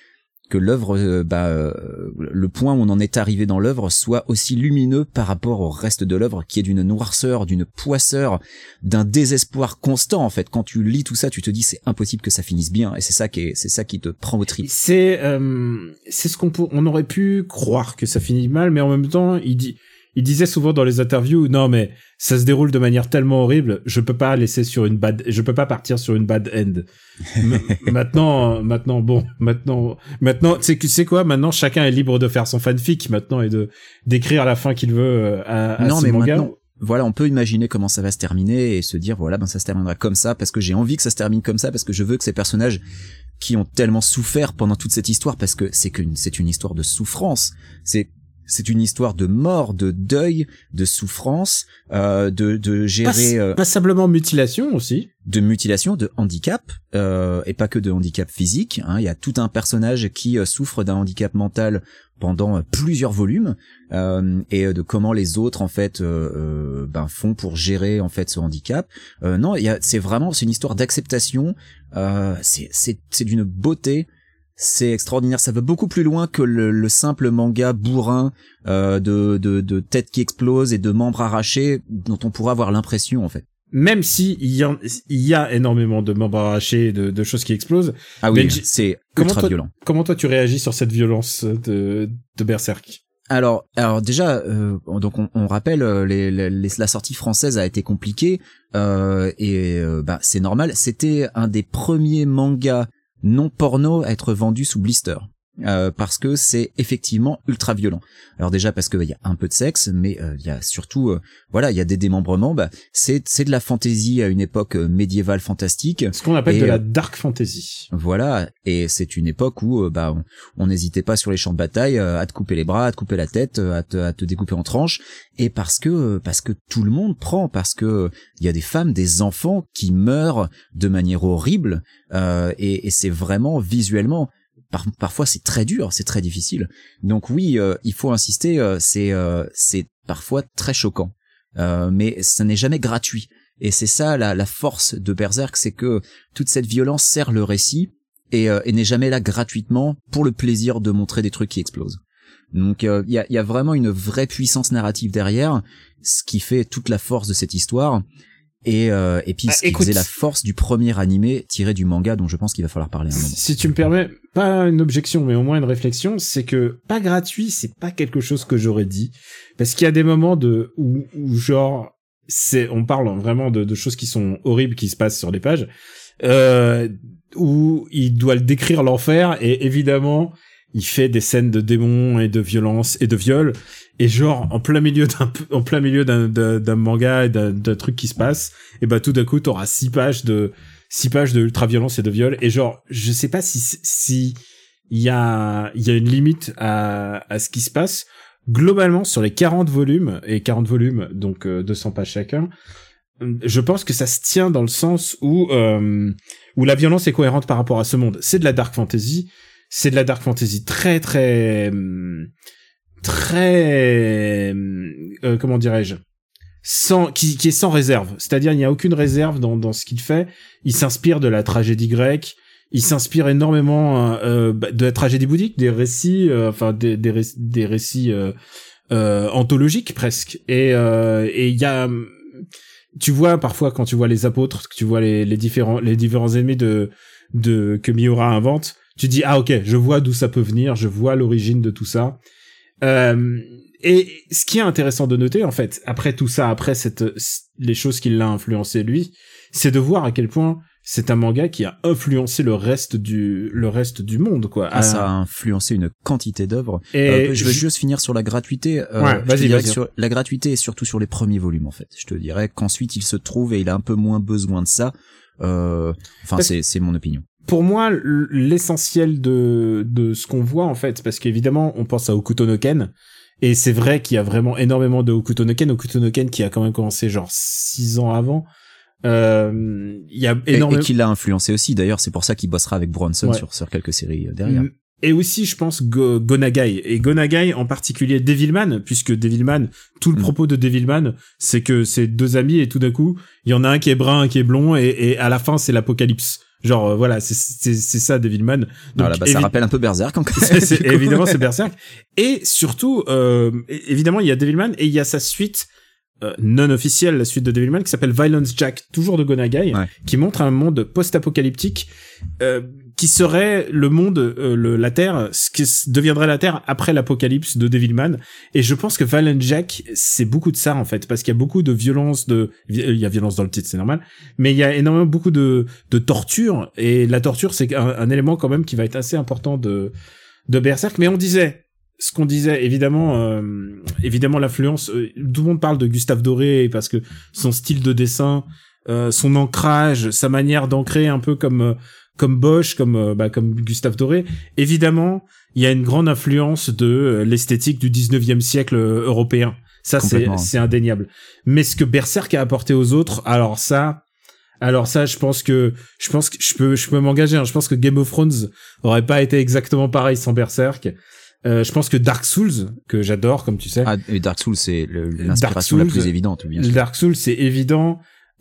que l'œuvre, euh, bah, euh, le point où on en est arrivé dans l'œuvre soit aussi lumineux par rapport au reste de l'œuvre, qui est d'une noirceur, d'une poisseur, d'un désespoir constant en fait. Quand tu lis tout ça, tu te dis c'est impossible que ça finisse bien, et c'est ça qui est, c'est ça qui te prend au tripes. C'est, euh, c'est ce qu'on pour, on aurait pu croire que ça finit mal, mais en même temps, il dit, il disait souvent dans les interviews, non mais ça se déroule de manière tellement horrible, je peux pas laisser sur une bad, je peux pas partir sur une bad end. M- maintenant, maintenant, bon, maintenant, maintenant, tu sais, tu sais quoi, maintenant chacun est libre de faire son fanfic maintenant et de d'écrire la fin qu'il veut à, à non, ce mais manga. Maintenant... Voilà, on peut imaginer comment ça va se terminer et se dire voilà, ben ça se terminera comme ça parce que j'ai envie que ça se termine comme ça, parce que je veux que ces personnages qui ont tellement souffert pendant toute cette histoire, parce que c'est que c'est une histoire de souffrance, c'est c'est une histoire de mort, de deuil, de souffrance, euh, de de gérer Pas, euh, passablement mutilation aussi. de mutilation, de handicap, euh, et pas que de handicap physique. Hein. Il y a tout un personnage qui euh, souffre d'un handicap mental pendant euh, plusieurs volumes, euh, et euh, de comment les autres en fait euh, euh, ben font pour gérer en fait ce handicap. Euh, non, il y a, c'est vraiment c'est une histoire d'acceptation. Euh, c'est c'est c'est d'une beauté. C'est extraordinaire, ça va beaucoup plus loin que le, le simple manga bourrin euh, de, de, de têtes qui explosent et de membres arrachés dont on pourrait avoir l'impression en fait. Même si il y, en, il y a énormément de membres arrachés, de, de choses qui explosent. Ah oui, Benji, c'est comment ultra toi, violent. Comment toi tu réagis sur cette violence de, de Berserk? Alors, alors déjà, euh, donc on, on rappelle, euh, les, les, les, la sortie française a été compliquée euh, et euh, bah c'est normal. C'était un des premiers mangas non porno à être vendu sous blister. Euh, parce que c'est effectivement ultra violent. Alors déjà parce que il y a un peu de sexe, mais il euh, y a surtout euh, voilà, il y a des démembrements. Bah c'est c'est de la fantasy à une époque euh, médiévale fantastique. Ce qu'on appelle et, de la euh, dark fantasy. Voilà, et c'est une époque où euh, bah on n'hésitait pas sur les champs de bataille euh, à te couper les bras, à te couper la tête, euh, à te à te découper en tranches. Et parce que euh, parce que tout le monde prend, parce que il euh, y a des femmes, des enfants qui meurent de manière horrible, euh, et, et c'est vraiment visuellement. Par, parfois c'est très dur, c'est très difficile. Donc oui, euh, il faut insister, euh, c'est euh, c'est parfois très choquant, euh, mais ça n'est jamais gratuit. Et c'est ça la, la force de Berserk, c'est que toute cette violence sert le récit et, euh, et n'est jamais là gratuitement pour le plaisir de montrer des trucs qui explosent. Donc il euh, y, a, y a vraiment une vraie puissance narrative derrière, ce qui fait toute la force de cette histoire. Et euh, et puis ah, ce qui écoute, faisait la force du premier animé tiré du manga, dont je pense qu'il va falloir parler un moment. Si tu me permets, pas une objection, mais au moins une réflexion, c'est que pas gratuit, c'est pas quelque chose que j'aurais dit, parce qu'il y a des moments de où, où genre c'est, on parle vraiment de, de choses qui sont horribles qui se passent sur les pages, euh, où il doit le décrire l'enfer, et évidemment il fait des scènes de démons et de violence et de viol, et genre en plein milieu d'un en plein milieu d'un d'un, d'un manga et d'un, d'un truc qui se passe, et bah tout d'un coup t'auras six pages de six pages de ultra violence et de viol, et genre je sais pas si si il y a il y a une limite à à ce qui se passe globalement sur les quarante volumes, et quarante volumes donc euh, deux cents pages chacun. Je pense que ça se tient dans le sens où euh, où la violence est cohérente par rapport à ce monde. C'est de la dark fantasy. C'est de la dark fantasy très très très euh, comment dirais-je, sans qui qui est sans réserve. C'est-à-dire il n'y a aucune réserve dans dans ce qu'il fait. Il s'inspire de la tragédie grecque. Il s'inspire énormément euh, de la tragédie bouddhique, des récits, euh, enfin des des, réc- des récits euh, euh, anthologiques presque. Et euh, et il y a, tu vois parfois quand tu vois les apôtres, que tu vois les les différents les différents ennemis de de que Miura invente. Tu dis ah ok, je vois d'où ça peut venir, je vois l'origine de tout ça. Euh, et ce qui est intéressant de noter en fait, après tout ça, après cette les choses qui l'ont influencé lui, c'est de voir à quel point c'est un manga qui a influencé le reste du le reste du monde quoi. Ah, ça a influencé une quantité d'œuvres. Et euh, je veux je... juste finir sur la gratuité. Euh, ouais, vas-y, vas-y. Sur la gratuité et surtout sur les premiers volumes en fait. Je te dirais qu'ensuite il se trouve et il a un peu moins besoin de ça. Euh, enfin parce... c'est c'est mon opinion. Pour moi, l'essentiel de de ce qu'on voit en fait, parce qu'évidemment on pense à Hokuto no Ken, et c'est vrai qu'il y a vraiment énormément de Hokuto no Ken, Hokuto no Ken qui a quand même commencé genre six ans avant. Euh, il y a énormément et, et qui l'a influencé aussi. D'ailleurs, c'est pour ça qu'il bossera avec Bronson ouais. sur sur quelques séries derrière. Et aussi, je pense Go, Gonagai et Gonagai en particulier Devilman, puisque Devilman, tout le mmh. propos de Devilman, c'est que c'est deux amis et tout d'un coup, il y en a un qui est brun, un qui est blond, et, et à la fin c'est l'apocalypse. Genre euh, voilà, c'est c'est c'est ça Devilman. Donc voilà, bah, ça évi- rappelle un peu Berserk en c'est, c'est, évidemment c'est Berserk. Et surtout euh, évidemment il y a Devilman et il y a sa suite euh, non officielle, la suite de Devilman qui s'appelle Violence Jack, toujours de Go Nagai, ouais. qui montre un monde post-apocalyptique euh, qui serait le monde, euh, le, la Terre, ce qui deviendrait la Terre après l'apocalypse de Devilman. Et je pense que Violent Jack, c'est beaucoup de ça en fait, parce qu'il y a beaucoup de violence, de, il y a violence dans le titre, c'est normal, mais il y a énormément beaucoup de, de torture. Et la torture, c'est un, un élément quand même qui va être assez important de, de Berserk. Mais on disait, ce qu'on disait, évidemment, euh, évidemment l'influence. Euh, tout le monde parle de Gustave Doré parce que son style de dessin, euh, son ancrage, sa manière d'ancrer un peu comme euh, comme Bosch, comme euh, bah, comme Gustave Doré. Évidemment, il y a une grande influence de euh, l'esthétique du dix-neuvième siècle euh, européen. Ça, c'est c'est indéniable. Mais ce que Berserk a apporté aux autres, alors ça, alors ça, je pense que je pense que je peux je peux m'engager. Hein, je pense que Game of Thrones aurait pas été exactement pareil sans Berserk. Euh, je pense que Dark Souls, que j'adore, comme tu sais. Ah, et Dark Souls, c'est le, l'inspiration Souls, la plus évidente, bien sûr. Dark Souls, c'est évident.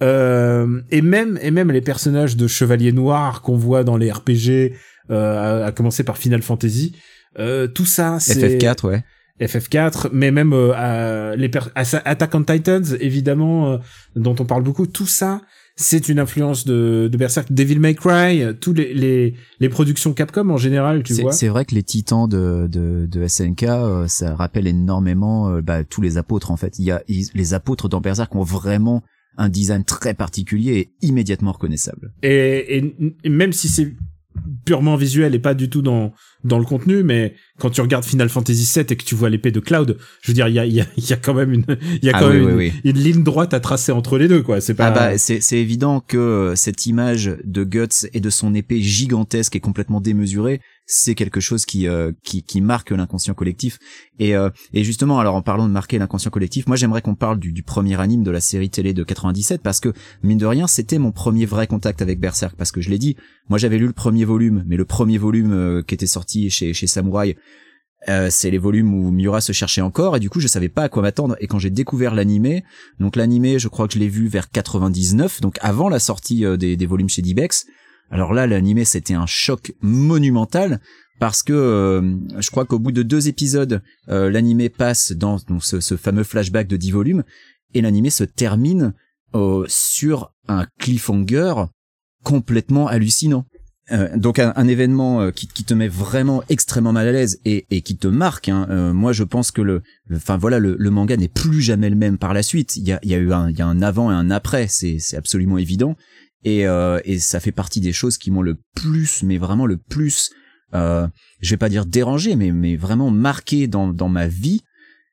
Euh, et même, et même les personnages de chevaliers noirs qu'on voit dans les R P G, euh, à, à commencer par Final Fantasy, euh, tout ça, c'est... F F quatre, ouais. F F quatre, mais même euh, à, les per- à Attack on Titans, évidemment, euh, dont on parle beaucoup, tout ça, c'est une influence de, de Berserk, Devil May Cry, tous les, les, les productions Capcom en général, tu c'est, vois. C'est vrai que les titans de, de, de S N K, euh, ça rappelle énormément euh, bah, tous les apôtres, en fait. Il y a, ils, les apôtres dans Berserk ont vraiment un design très particulier et immédiatement reconnaissable. Et, et, et même si c'est purement visuel et pas du tout dans dans le contenu, mais quand tu regardes Final Fantasy sept et que tu vois l'épée de Cloud, je veux dire, il y a il y a il y a quand même une il y a ah quand oui, même oui, une, oui. une ligne droite à tracer entre les deux, quoi. C'est pas. Ah bah c'est c'est évident que cette image de Guts et de son épée gigantesque et complètement démesurée, c'est quelque chose qui euh, qui qui marque l'inconscient collectif. Et euh, et justement, alors en parlant de marquer l'inconscient collectif, moi j'aimerais qu'on parle du, du premier anime de la série télé de quatre-vingt-dix-sept parce que mine de rien, c'était mon premier vrai contact avec Berserk parce que je l'ai dit, moi j'avais lu le premier volume, mais le premier volume euh, qui était sorti chez chez Samurai, euh, c'est les volumes où Miura se cherchait encore et du coup je savais pas à quoi m'attendre. Et quand j'ai découvert l'animé, donc l'animé, je crois que je l'ai vu vers quatre-vingt-dix-neuf, donc avant la sortie euh, des des volumes chez Dibex. Alors là, l'animé, c'était un choc monumental parce que euh, je crois qu'au bout de deux épisodes, euh, l'animé passe dans donc, ce, ce fameux flashback de dix volumes et l'animé se termine euh, sur un cliffhanger complètement hallucinant. Euh, donc un, un événement euh, qui, qui te met vraiment extrêmement mal à l'aise et, et qui te marque. Hein. Euh, moi, je pense que le, enfin voilà, le, le manga n'est plus jamais le même par la suite. Il y a, il y a eu un, il y a un avant et un après. C'est, c'est absolument évident. Et, euh, et ça fait partie des choses qui m'ont le plus, mais vraiment le plus, euh, je vais pas dire dérangé, mais, mais vraiment marqué dans, dans ma vie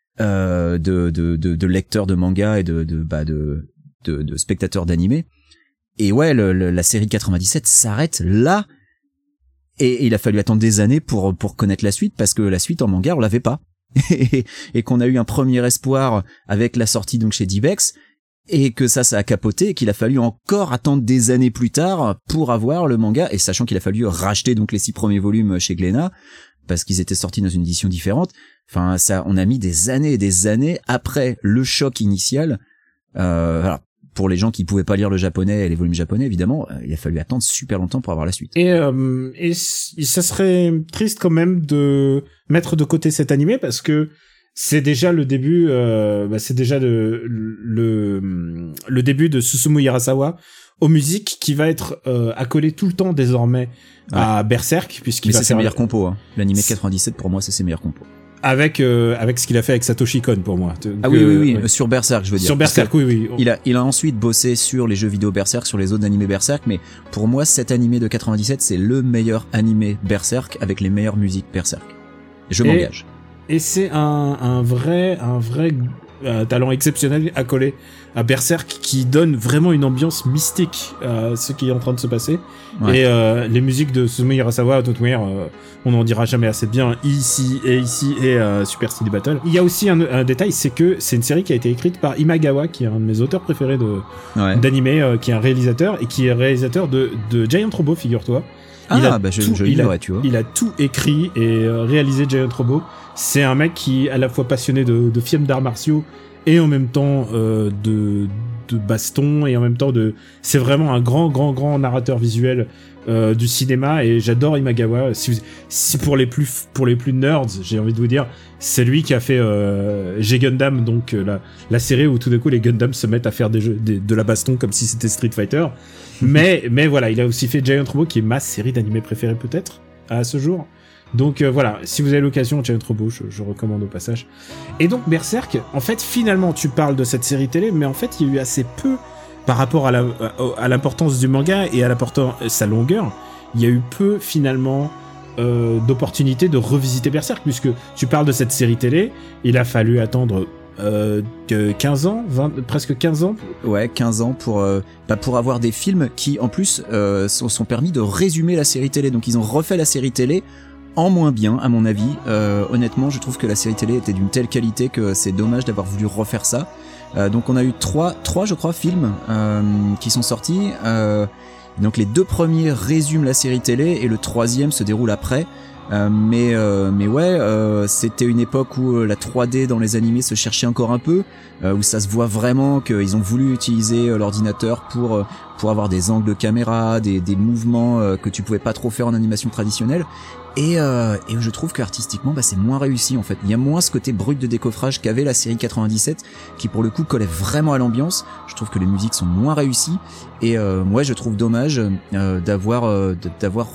euh, de, de, de, de lecteur de manga et de, de, bah, de, de, de spectateur d'animé. Et ouais, le, le, la série quatre-vingt-dix-sept s'arrête là. Et, et il a fallu attendre des années pour, pour connaître la suite, parce que la suite en manga, on l'avait pas. et, et qu'on a eu un premier espoir avec la sortie donc chez Dibex. Et que ça, ça a capoté et qu'il a fallu encore attendre des années plus tard pour avoir le manga, et sachant qu'il a fallu racheter donc les six premiers volumes chez Glénat parce qu'ils étaient sortis dans une édition différente. Enfin, ça, on a mis des années et des années après le choc initial. Euh, alors, pour les gens qui pouvaient pas lire le japonais et les volumes japonais, évidemment, il a fallu attendre super longtemps pour avoir la suite. Et, euh, et ça serait triste quand même de mettre de côté cet animé parce que c'est déjà le début, euh, bah c'est déjà le, le le début de Susumu Hirasawa aux musiques qui va être euh, accolé tout le temps désormais ouais. à Berserk puisqu'il Mais va c'est faire ses meilleurs compos. Hein. L'animé de quatre-vingt-dix-sept pour moi c'est ses meilleurs compos. Avec euh, avec ce qu'il a fait avec Satoshi Kon pour moi. Ah oui oui oui, oui. sur Berserk je veux dire. Sur Berserk oui oui. Il a il a ensuite bossé sur les jeux vidéo Berserk, sur les autres animés Berserk, mais pour moi cet animé de quatre-vingt-dix-sept c'est le meilleur animé Berserk avec les meilleures musiques Berserk. Je Et... m'engage. Et c'est un, un vrai, un vrai euh, talent exceptionnel accolé à Berserk qui donne vraiment une ambiance mystique à ce qui est en train de se passer. Ouais. Et euh, les musiques de Susumu Hirasawa, de toute manière, euh, on n'en dira jamais assez bien ici et ici et euh, Super City Battle. Il y a aussi un, un détail, c'est que c'est une série qui a été écrite par Imagawa, qui est un de mes auteurs préférés de ouais. d'animé, euh, qui est un réalisateur et qui est réalisateur de, de Giant Robot, figure-toi. Ah, il a bah je, tout, je il, l'ignorais, a, tu vois. il a tout écrit et euh, réalisé Giant Robot. C'est un mec qui est à la fois passionné de, de films d'arts martiaux et en même temps euh, de de baston et en même temps de, c'est vraiment un grand, grand, grand narrateur visuel euh, du cinéma et j'adore Imagawa. Si, vous, si pour les plus, pour les plus nerds, j'ai envie de vous dire, c'est lui qui a fait euh, G-Gundam, donc euh, la, la série où tout d'un coup les Gundam se mettent à faire des jeux, des, de la baston comme si c'était Street Fighter. mais, mais voilà, il a aussi fait Giant Robot qui est ma série d'animés préférée peut-être à ce jour. Donc euh, voilà, si vous avez l'occasion, Giant Robot, je, je recommande au passage. Et donc Berserk, en fait, finalement, tu parles de cette série télé, mais en fait, il y a eu assez peu, par rapport à, la, à l'importance du manga et à l'importance, sa longueur, il y a eu peu, finalement, euh, d'opportunités de revisiter Berserk, puisque tu parles de cette série télé, il a fallu attendre euh, quinze ans, vingt, presque quinze ans. Ouais, quinze ans pour, euh, bah pour avoir des films qui, en plus, euh, sont, sont permis de résumer la série télé. Donc ils ont refait la série télé en moins bien, à mon avis. Euh, honnêtement, je trouve que la série télé était d'une telle qualité que c'est dommage d'avoir voulu refaire ça. Euh, donc on a eu trois, trois, je crois, films euh, qui sont sortis. Euh, donc les deux premiers résument la série télé et le troisième se déroule après. Euh, mais euh, mais ouais, euh, c'était une époque où la trois D dans les animés se cherchait encore un peu, euh, où ça se voit vraiment qu'ils ont voulu utiliser euh, l'ordinateur pour euh, pour avoir des angles de caméra, des des mouvements euh, que tu pouvais pas trop faire en animation traditionnelle. Et, euh, et je trouve que artistiquement, bah, c'est moins réussi en fait. Il y a moins ce côté brut de décoffrage qu'avait la série quatre-vingt-dix-sept, qui pour le coup collait vraiment à l'ambiance. Je trouve que les musiques sont moins réussies. Et euh, ouais, je trouve dommage euh, d'avoir euh, d'avoir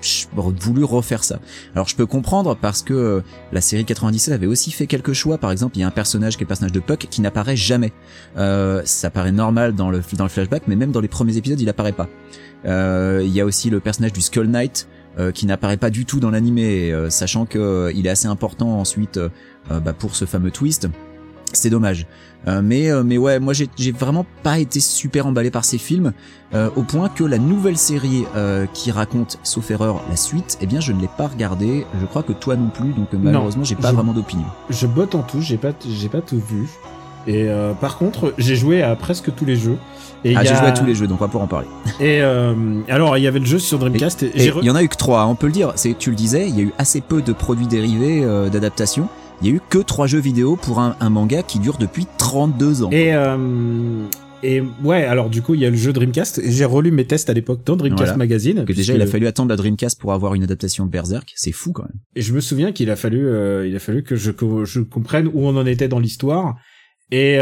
voulu refaire ça. Alors je peux comprendre parce que euh, la série quatre-vingt-dix-sept avait aussi fait quelques choix. Par exemple, il y a un personnage qui est le personnage de Puck qui n'apparaît jamais. Euh, ça paraît normal dans le dans le flashback, mais même dans les premiers épisodes, il apparaît pas. Euh, il y a aussi le personnage du Skull Knight. Euh, qui n'apparaît pas du tout dans l'animé, euh, sachant que euh, il est assez important ensuite euh, euh, bah, pour ce fameux twist. C'est dommage. Euh, mais euh, mais ouais, moi j'ai j'ai vraiment pas été super emballé par ces films, euh, au point que la nouvelle série euh, qui raconte, sauf erreur, la suite, eh bien je ne l'ai pas regardée. Je crois que toi non plus, donc euh, malheureusement j'ai pas je, vraiment d'opinion. Je botte en touche, j'ai pas j'ai pas tout vu. Et euh, par contre, j'ai joué à presque tous les jeux. Et ah, y j'ai a... joué à tous les jeux, donc on va pouvoir en parler. Et euh, alors, il y avait le jeu sur Dreamcast. Et il re... y en a eu que trois, on peut le dire. C'est, tu le disais, il y a eu assez peu de produits dérivés euh, d'adaptation. Il y a eu que trois jeux vidéo pour un, un manga qui dure depuis trente-deux ans. Et euh, et ouais, alors du coup, il y a le jeu Dreamcast. Et j'ai relu mes tests à l'époque dans Dreamcast voilà. Magazine. Que déjà, il a fallu attendre la Dreamcast pour avoir une adaptation de Berserk. C'est fou quand même. Et je me souviens qu'il a fallu, euh, il a fallu que je, que je comprenne où on en était dans l'histoire. Et,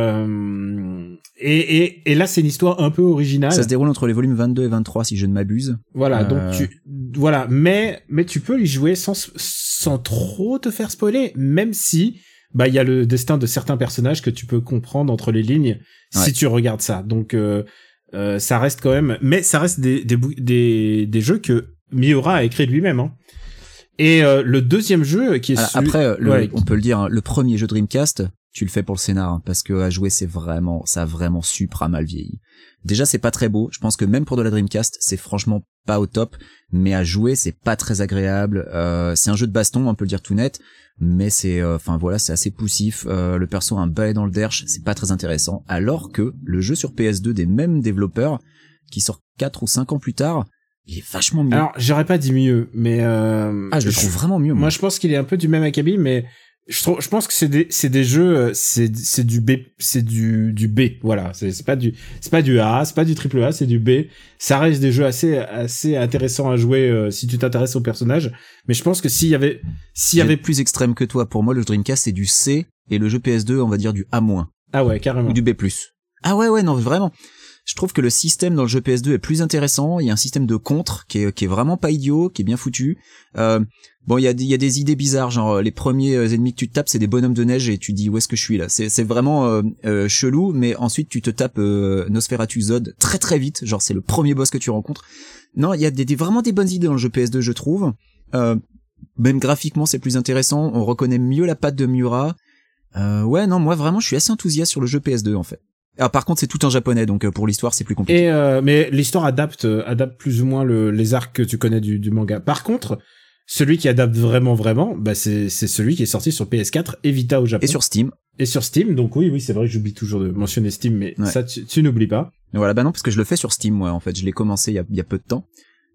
euh, et, et, et là, c'est une histoire un peu originale. Ça se déroule entre les volumes vingt-deux et vingt-trois, si je ne m'abuse. Voilà, euh... donc tu, voilà, mais, mais tu peux y jouer sans, sans trop te faire spoiler, même si, bah, il y a le destin de certains personnages que tu peux comprendre entre les lignes ouais. si tu regardes ça. Donc, euh, euh, ça reste quand même, mais ça reste des, des, des, des jeux que Miura a écrit lui-même, hein. Et, euh, le deuxième jeu qui est Alors, celui... après, le, ouais. on peut le dire, hein, le premier jeu Dreamcast, tu le fais pour le scénar, hein, parce que à jouer c'est vraiment, ça a vraiment supra mal vieilli. Déjà c'est pas très beau, je pense que même pour de la Dreamcast c'est franchement pas au top, mais à jouer c'est pas très agréable. Euh, c'est un jeu de baston, on peut le dire tout net, mais c'est, enfin euh, voilà, c'est assez poussif. Euh, le perso a un balai dans le derche, c'est pas très intéressant. Alors que le jeu sur P S deux des mêmes développeurs, qui sort quatre ou cinq ans plus tard, il est vachement mieux. Alors j'aurais pas dit mieux, mais euh, ah je le trouve vraiment mieux. Moi, moi je pense qu'il est un peu du même acabit, mais je trouve, je pense que c'est des, c'est des jeux, c'est, c'est du B, c'est du, du B, voilà. C'est, c'est pas du, c'est pas du A, c'est pas du triple A, c'est du B. Ça reste des jeux assez, assez intéressants à jouer euh, si tu t'intéresses au personnage. Mais je pense que s'il y avait, s'il y avait plus extrême que toi, pour moi, le Dreamcast c'est du C et le jeu P S deux, on va dire du A-. Ah ouais, carrément. Ou du B plus. Ah ouais, ouais, non, vraiment. Je trouve que le système dans le jeu P S deux est plus intéressant. Il y a un système de contre qui est, qui est vraiment pas idiot, qui est bien foutu. Euh, bon, il y a, il y a des idées bizarres, genre les premiers ennemis que tu te tapes, c'est des bonhommes de neige et tu dis où est-ce que je suis là. C'est, c'est vraiment euh, euh, chelou, mais ensuite tu te tapes euh, Nosferatu Zod très très vite, genre c'est le premier boss que tu rencontres. Non, il y a des, des, vraiment des bonnes idées dans le jeu P S deux, je trouve. Euh, même graphiquement, c'est plus intéressant. On reconnaît mieux la patte de Miura. Euh, ouais, non, moi vraiment, je suis assez enthousiaste sur le jeu P S deux en fait. Alors par contre c'est tout en japonais, donc pour l'histoire c'est plus compliqué. Et euh, mais l'histoire adapte adapte plus ou moins le, les arcs que tu connais du, du manga. Par contre, celui qui adapte vraiment vraiment, bah c'est c'est celui qui est sorti sur P S quatre et Vita au Japon. Et sur Steam. Et sur Steam, donc oui oui c'est vrai que j'oublie toujours de mentionner Steam, mais ouais. ça tu, tu n'oublies pas. Et voilà, bah non parce que je le fais sur Steam moi en fait, je l'ai commencé il y a il y a peu de temps.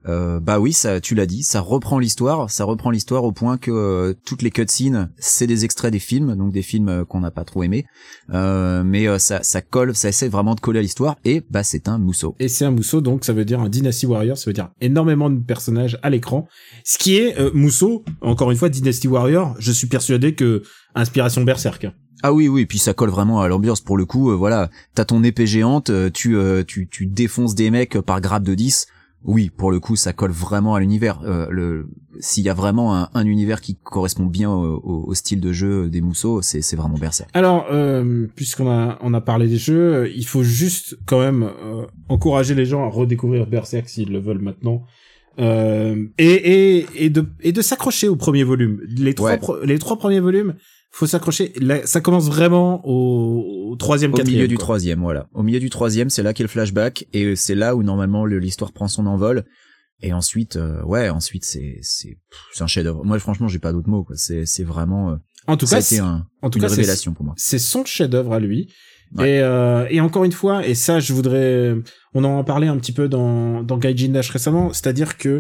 Euh, bah oui, ça, tu l'as dit, ça reprend l'histoire, ça reprend l'histoire au point que euh, toutes les cutscenes, c'est des extraits des films, donc des films euh, qu'on n'a pas trop aimés, euh, mais euh, ça, ça colle, ça essaie vraiment de coller à l'histoire, et bah c'est un Musou. Et c'est un Musou, donc ça veut dire un Dynasty Warrior, ça veut dire énormément de personnages à l'écran, ce qui est euh, Musou, encore une fois, Dynasty Warrior, je suis persuadé que inspiration Berserk. Ah oui, oui, puis ça colle vraiment à l'ambiance pour le coup, euh, voilà, t'as ton épée géante, tu, euh, tu, tu défonces des mecs par grappe de dix. Oui, pour le coup, ça colle vraiment à l'univers. Euh, le, s'il y a vraiment un, un univers qui correspond bien au, au, au style de jeu des Musou, c'est, c'est vraiment Berserk. Alors, euh, puisqu'on a, on a parlé des jeux, il faut juste quand même euh, encourager les gens à redécouvrir Berserk s'ils le veulent maintenant. Euh, et, et, et de, et de s'accrocher au premier volume. Les trois, Ouais. pro, les trois premiers volumes, faut s'accrocher. Là, ça commence vraiment au, au troisième, Au quatrième. milieu du quoi. troisième, voilà. Au milieu du troisième, c'est là qu'est le flashback, et c'est là où normalement le- l'histoire prend son envol. Et ensuite, euh, ouais, ensuite c'est c'est pff, c'est un chef-d'œuvre. Moi, franchement, j'ai pas d'autres mots, quoi. C'est c'est vraiment. Euh, En tout ça cas, a été c'est- un, en tout une cas, c'est- révélation pour moi. c'est son chef-d'œuvre à lui. Ouais. Et, euh, et encore une fois, et ça, je voudrais, on en a parlé un petit peu dans, dans Gaijin Dash récemment, c'est-à-dire que,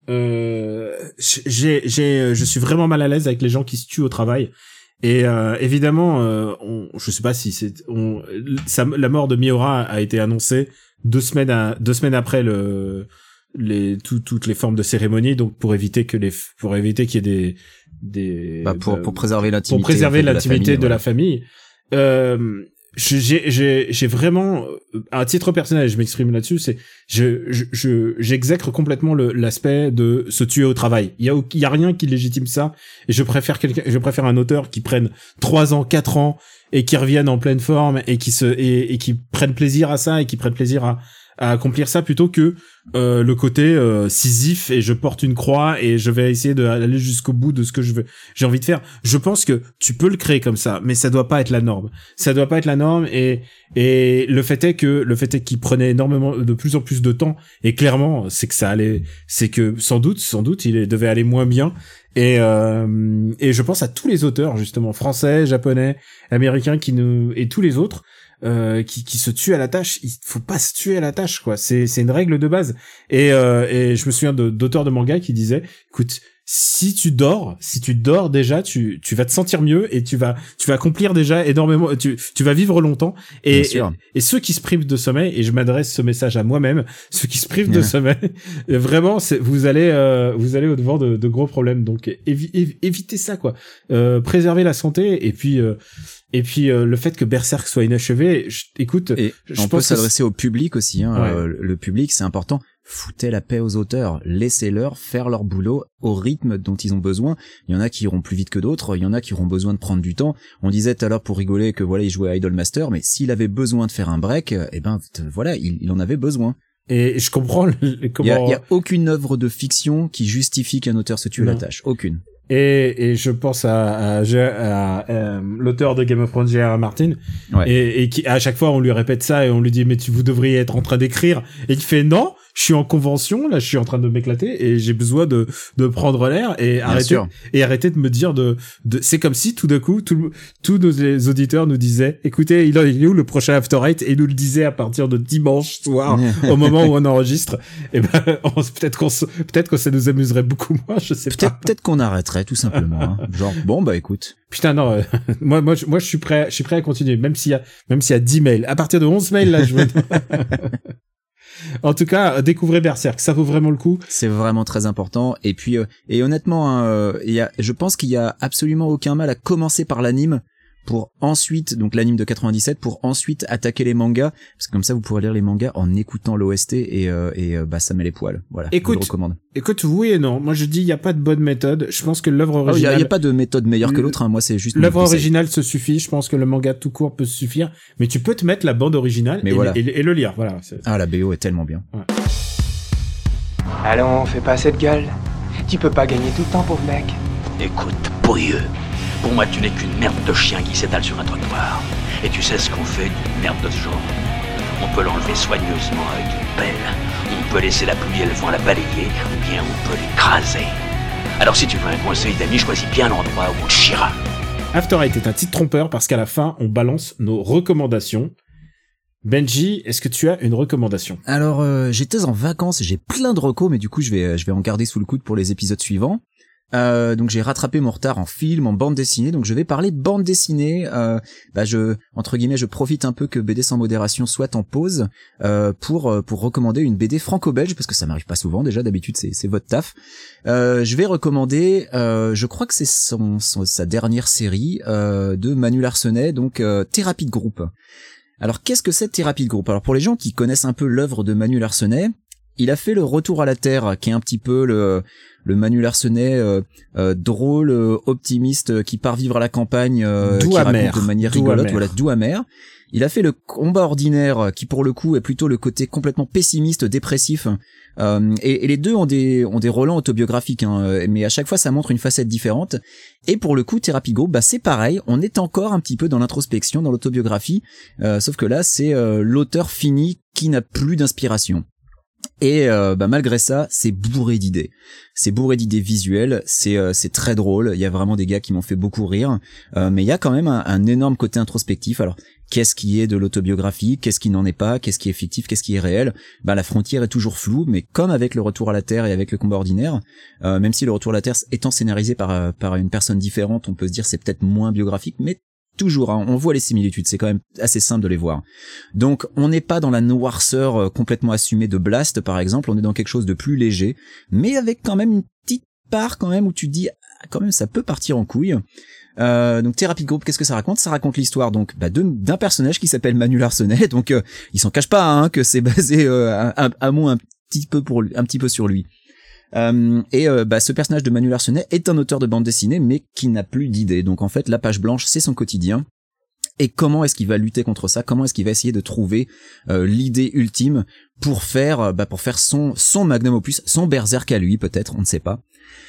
euh, j'ai, j'ai, je suis vraiment mal à l'aise avec les gens qui se tuent au travail. Et, euh, évidemment, euh, on, je sais pas si c'est, on, ça, la mort de Miura a été annoncée deux semaines à, deux semaines après le, les, tout, toutes les formes de cérémonie, donc pour éviter que les, pour éviter qu'il y ait des, des, Bah, pour bah, pour préserver l'intimité. pour préserver en fait, de la l'intimité famille, de voilà. la famille. Euh, j'ai j'ai j'ai vraiment, à titre personnel, je m'exprime là-dessus, c'est je je je j'exècre complètement le l'aspect de se tuer au travail. Il y a il y a rien qui légitime ça, et je préfère quelqu'un je préfère un auteur qui prenne trois ans, quatre ans et qui revienne en pleine forme et qui se et, et qui prenne plaisir à ça et qui prenne plaisir à à accomplir ça plutôt que euh, le côté euh, Sisyphe et je porte une croix et je vais essayer d'aller jusqu'au bout de ce que je veux j'ai envie de faire. Je pense que tu peux le créer comme ça, mais ça doit pas être la norme. Ça doit pas être la norme, et et le fait est que le fait est qu'il prenait énormément de plus en plus de temps, et clairement c'est que ça allait c'est que sans doute sans doute il devait aller moins bien. Et euh, et je pense à tous les auteurs justement français, japonais, américains qui nous et tous les autres euh, qui qui se tuent à la tâche. Il faut pas se tuer à la tâche, quoi. C'est c'est une règle de base. Et euh, et je me souviens de d'auteurs de manga qui disaient, écoute, si tu dors, si tu dors déjà, tu tu vas te sentir mieux et tu vas tu vas accomplir déjà énormément, tu tu vas vivre longtemps. Et Bien sûr. et, et ceux qui se privent de sommeil, et je m'adresse ce message à moi-même, ceux qui se privent de sommeil, vraiment, c'est, vous allez euh, vous allez au devant de, de gros problèmes. Donc évi- évi- évitez ça, quoi. Euh, préservez la santé, et puis euh, et puis euh, le fait que Berserk soit inachevé, je, écoute, Et je on peut pense que s'adresser au public aussi, hein. Ouais. Euh, le public, c'est important. Foutez la paix aux auteurs, laissez-leur faire leur boulot au rythme dont ils ont besoin. Il y en a qui iront plus vite que d'autres, il y en a qui auront besoin de prendre du temps. On disait tout à l'heure pour rigoler que voilà, il jouait à Idolmaster, mais s'il avait besoin de faire un break, eh ben t- voilà, il, il en avait besoin. et je comprends le, le- Il y a, comment il y a aucune œuvre de fiction qui justifie qu'un auteur se tue à la Non. tâche, aucune. et et je pense à, à, à, à, euh, l'auteur de Game of Thrones, J R R. Martin, Ouais. et, et qui à chaque fois on lui répète ça et on lui dit mais tu vous devriez être en train d'écrire, et il fait non, je suis en convention là, je suis en train de m'éclater et j'ai besoin de de prendre l'air, et Bien arrêter sûr. et arrêter de me dire de de c'est comme si tout d'un coup tout le- tous nos les auditeurs nous disaient écoutez, il est où le prochain After Eight, et ils nous le disaient à partir de dimanche soir au moment où on enregistre. Et ben on- peut-être qu'on se- peut-être que ça nous amuserait beaucoup moins, je sais Peut-être pas. peut-être qu'on arrêterait tout simplement. Hein. Genre bon bah écoute. Putain non, euh, moi moi je, moi je suis prêt, je suis prêt à continuer même s'il y a même s'il y a dix mails. À partir de onze mails là, je veux En tout cas, découvrez Berserk, ça vaut vraiment le coup. C'est vraiment très important. Et puis, euh, et honnêtement, hein, euh, il y a, je pense qu'il y a absolument aucun mal à commencer par l'anime pour ensuite, donc l'anime de quatre-vingt-dix-sept, pour ensuite attaquer les mangas, parce que comme ça vous pourrez lire les mangas en écoutant l'O S T, et, euh, et euh, bah ça met les poils. Voilà. Écoute, je le recommande. Écoute, oui et non. Moi je dis il y a pas de bonne méthode. Je pense que l'œuvre Il y, a, originale y a pas de méthode meilleure que Le- l'autre. Hein. Moi c'est juste mon l'œuvre conseil. originale se suffit. Je pense que le manga tout court peut se suffire, mais tu peux te mettre la bande originale Mais et, voilà. et, et le lire. Voilà. c'est- Ah la B O est tellement bien. Allons, fais pas cette gueule. Tu peux pas gagner tout le temps, pauvre mec. Écoute, pourrieux, pour moi tu n'es qu'une merde de chien qui s'étale sur un trottoir. Et tu sais ce qu'on fait d'une merde de ce genre? On peut l'enlever soigneusement avec une pelle, on peut laisser la pluie et le vent la balayer, ou bien on peut l'écraser. Alors si tu veux un conseil d'ami, choisis bien l'endroit où on chira. After Eight est un titre trompeur parce qu'à la fin on balance nos recommandations. Benji, est-ce que tu as une recommandation? Alors, euh, j'étais en vacances, j'ai plein de recos, mais du coup, je vais, je vais en garder sous le coude pour les épisodes suivants. Euh, donc j'ai rattrapé mon retard en film, en bande dessinée, donc je vais parler bande dessinée. Euh, bah je, entre guillemets, je profite un peu que B D sans modération soit en pause euh, pour pour recommander une B D franco-belge parce que ça m'arrive pas souvent. Déjà d'habitude c'est c'est votre taf. Euh, je vais recommander, euh, je crois que c'est son, son sa dernière série euh, de Manu Larsenet, donc euh, Thérapie de groupe. Alors qu'est-ce que c'est Thérapie de groupe? Alors pour les gens qui connaissent un peu l'œuvre de Manu Larsenet, il a fait le Retour à la Terre, qui est un petit peu le le Manu Larsenet euh, euh, drôle, euh, optimiste, euh, qui part vivre à la campagne, euh, qui amer. raconte de manière Doux rigolote, amer. voilà, doux amer. Il a fait le Combat ordinaire, qui pour le coup est plutôt le côté complètement pessimiste, dépressif. Euh, et, et les deux ont des ont des relents autobiographiques, hein, mais à chaque fois ça montre une facette différente. Et pour le coup, Thérapie Group, bah c'est pareil, on est encore un petit peu dans l'introspection, dans l'autobiographie, euh, sauf que là c'est euh, l'auteur fini qui n'a plus d'inspiration. Et euh, bah malgré ça, c'est bourré d'idées. C'est bourré d'idées visuelles, c'est euh, c'est très drôle, il y a vraiment des gars qui m'ont fait beaucoup rire, euh, mais il y a quand même un, un énorme côté introspectif. Alors, qu'est-ce qui est de l'autobiographie, qu'est-ce qui n'en est pas, qu'est-ce qui est fictif, qu'est-ce qui est réel? Bah la frontière est toujours floue, mais comme avec le Retour à la Terre et avec le Combat ordinaire, euh, même si le Retour à la Terre étant scénarisé par par une personne différente, on peut se dire c'est peut-être moins biographique, mais toujours, hein, on voit les similitudes, c'est quand même assez simple de les voir. Donc on n'est pas dans la noirceur euh, complètement assumée de Blast par exemple, on est dans quelque chose de plus léger, mais avec quand même une petite part quand même où tu te dis ah, quand même ça peut partir en couille. Euh, donc Thérapie de groupe, qu'est-ce que ça raconte? Ça raconte l'histoire donc bah, de, d'un personnage qui s'appelle Manu Larsenet, donc euh, il s'en cache pas hein, que c'est basé euh, à, à, à moins un petit peu pour lui, un petit peu sur lui. Euh, et euh, bah, ce personnage de Manu Larsenet est un auteur de bande dessinée mais qui n'a plus d'idées. Donc en fait la page blanche c'est son quotidien. Et comment est-ce qu'il va lutter contre ça? Comment est-ce qu'il va essayer de trouver euh, l'idée ultime pour faire bah, pour faire son son magnum opus, son berserk à lui peut-être, on ne sait pas.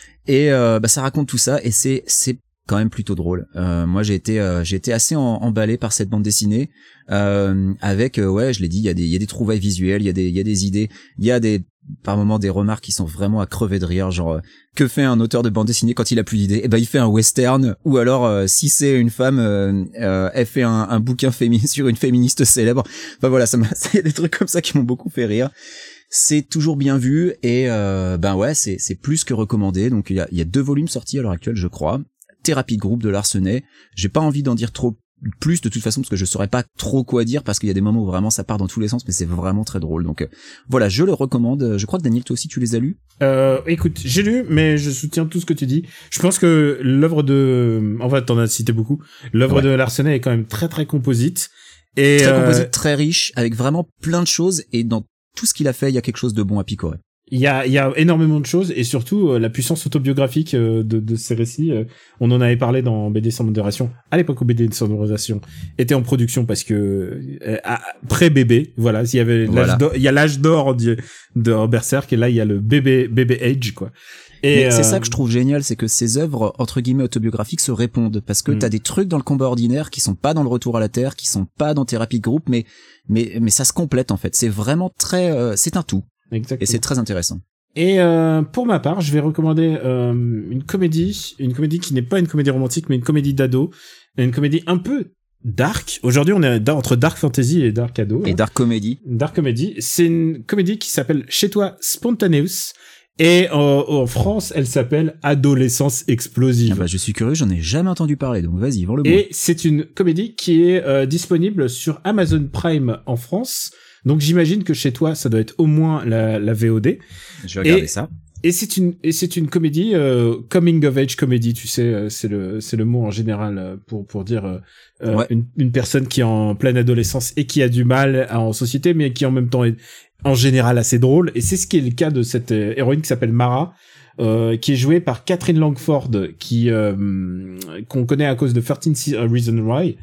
Et euh, bah, ça raconte tout ça et c'est c'est quand même plutôt drôle. Euh, moi j'ai été euh, j'ai été assez en, emballé par cette bande dessinée euh, avec euh, ouais je l'ai dit il y a des il y a des trouvailles visuelles, il y a des il y a des idées, il y a des par moments des remarques qui sont vraiment à crever de rire, genre euh, que fait un auteur de bande dessinée quand il a plus d'idées? Eh ben il fait un western, ou alors euh, si c'est une femme euh, euh, elle fait un, un bouquin féministe sur une féministe célèbre. Enfin voilà, ça m'a il y a des trucs comme ça qui m'ont beaucoup fait rire. C'est toujours bien vu et euh, ben ouais c'est c'est plus que recommandé. Donc il y a il y a deux volumes sortis à l'heure actuelle je crois. Thérapie de groupe de Larsenet. J'ai pas envie d'en dire trop plus de toute façon parce que je saurais pas trop quoi dire parce qu'il y a des moments où vraiment ça part dans tous les sens mais c'est vraiment très drôle. Donc euh, voilà, je le recommande. Je crois que Daniel toi aussi tu les as lus. Euh, écoute, j'ai lu, mais je soutiens tout ce que tu dis. Je pense que l'œuvre de, en fait, t'en as cité beaucoup. L'œuvre Ouais. de Larsenet est quand même très très composite et Très euh, composite, très riche, avec vraiment plein de choses et dans tout ce qu'il a fait, il y a quelque chose de bon à picorer. il y a il y a énormément de choses et surtout euh, la puissance autobiographique euh, de de ces récits. Euh, on en avait parlé dans B D sans modération à l'époque où B D sans modération était en production parce que euh, pré bébé, voilà, il y avait Voilà. l'âge d'or, il y a l'âge d'or de, de Berserk et là il y a le bébé bébé age quoi. Et Mais c'est euh, ça que je trouve génial, c'est que ces œuvres entre guillemets autobiographiques se répondent parce que Mm. t'as des trucs dans le Combat ordinaire qui sont pas dans le Retour à la Terre, qui sont pas dans Thérapie de groupe, mais mais mais ça se complète en fait. C'est vraiment très, euh, c'est un tout exactement. et c'est très intéressant. Et euh, pour ma part, je vais recommander euh, une comédie, une comédie qui n'est pas une comédie romantique, mais une comédie d'ado, une comédie un peu dark. Aujourd'hui, on est da- entre dark fantasy et dark ado. Et hein. dark comedy. Dark comedy. C'est une comédie qui s'appelle Chez toi Spontaneous. Et euh, en France, elle s'appelle Adolescence explosive. Ah bah, je suis curieux, j'en ai jamais entendu parler, donc vas-y, vends le mot. Et c'est une comédie qui est euh, disponible sur Amazon Prime en France. Donc j'imagine que chez toi, ça doit être au moins la, la V O D. Je vais regarder et- ça. Et c'est une et c'est une comédie euh, coming of age comédie, tu sais, euh, c'est le c'est le mot en général euh, pour pour dire euh, euh, Ouais. une une personne qui est en pleine adolescence et qui a du mal à- en société, mais qui en même temps est en général assez drôle. Et c'est ce qui est le cas de cette euh, héroïne qui s'appelle Mara, euh, qui est jouée par Catherine Langford, qui euh, qu'on connaît à cause de thirteen Reasons Why.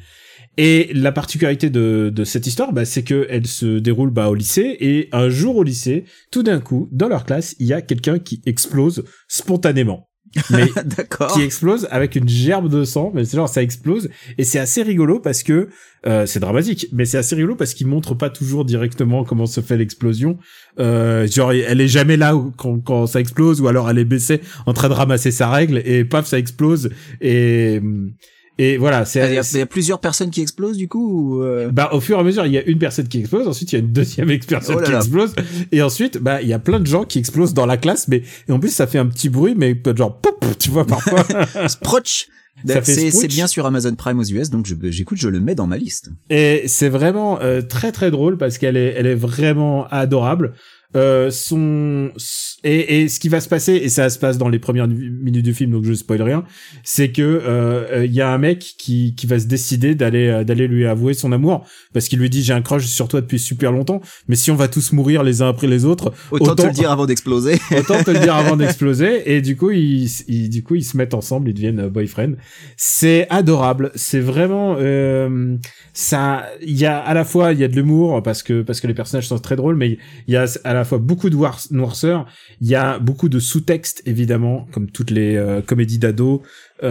Et la particularité de, de cette histoire, bah, c'est que elle se déroule bah, au lycée, et un jour au lycée, tout d'un coup, dans leur classe, il y a quelqu'un qui explose spontanément. Mais D'accord. qui explose avec une gerbe de sang, mais c'est genre ça explose, et c'est assez rigolo parce que euh, c'est dramatique, mais c'est assez rigolo parce qu'il montre pas toujours directement comment se fait l'explosion. Euh, genre elle est jamais là où- quand, quand ça explose, ou alors elle est baissée en train de ramasser sa règle et paf ça explose et Et voilà, c'est... Il y, a, il y a plusieurs personnes qui explosent, du coup, ou euh... Bah, au fur et à mesure, il y a une personne qui explose, ensuite il y a une deuxième personne oh là qui là. explose, et ensuite, bah, il y a plein de gens qui explosent dans la classe, mais, et en plus, ça fait un petit bruit, mais genre, pop, tu vois, parfois. Sproch. Ça fait c'est, Spooch. c'est bien sur Amazon Prime aux U S, donc je, j'écoute, je le mets dans ma liste. Et c'est vraiment euh, très très drôle parce qu'elle est elle est vraiment adorable. Euh, son et, et ce qui va se passer, et ça se passe dans les premières minutes du film, donc je spoil rien, c'est que euh, il y a un mec qui qui va se décider d'aller d'aller lui avouer son amour parce qu'il lui dit j'ai un crush sur toi depuis super longtemps, mais si on va tous mourir les uns après les autres, autant, autant te le dire avant d'exploser. Autant te le dire avant d'exploser. Et du coup ils, ils du coup ils se mettent ensemble, ils deviennent boyfriend. C'est adorable, c'est vraiment euh, ça. Il y a à la fois il y a de l'humour parce que parce que les personnages sont très drôles, mais il y a à la fois beaucoup de noirceur. Il y a beaucoup de sous-textes, évidemment, comme toutes les euh, comédies d'ados,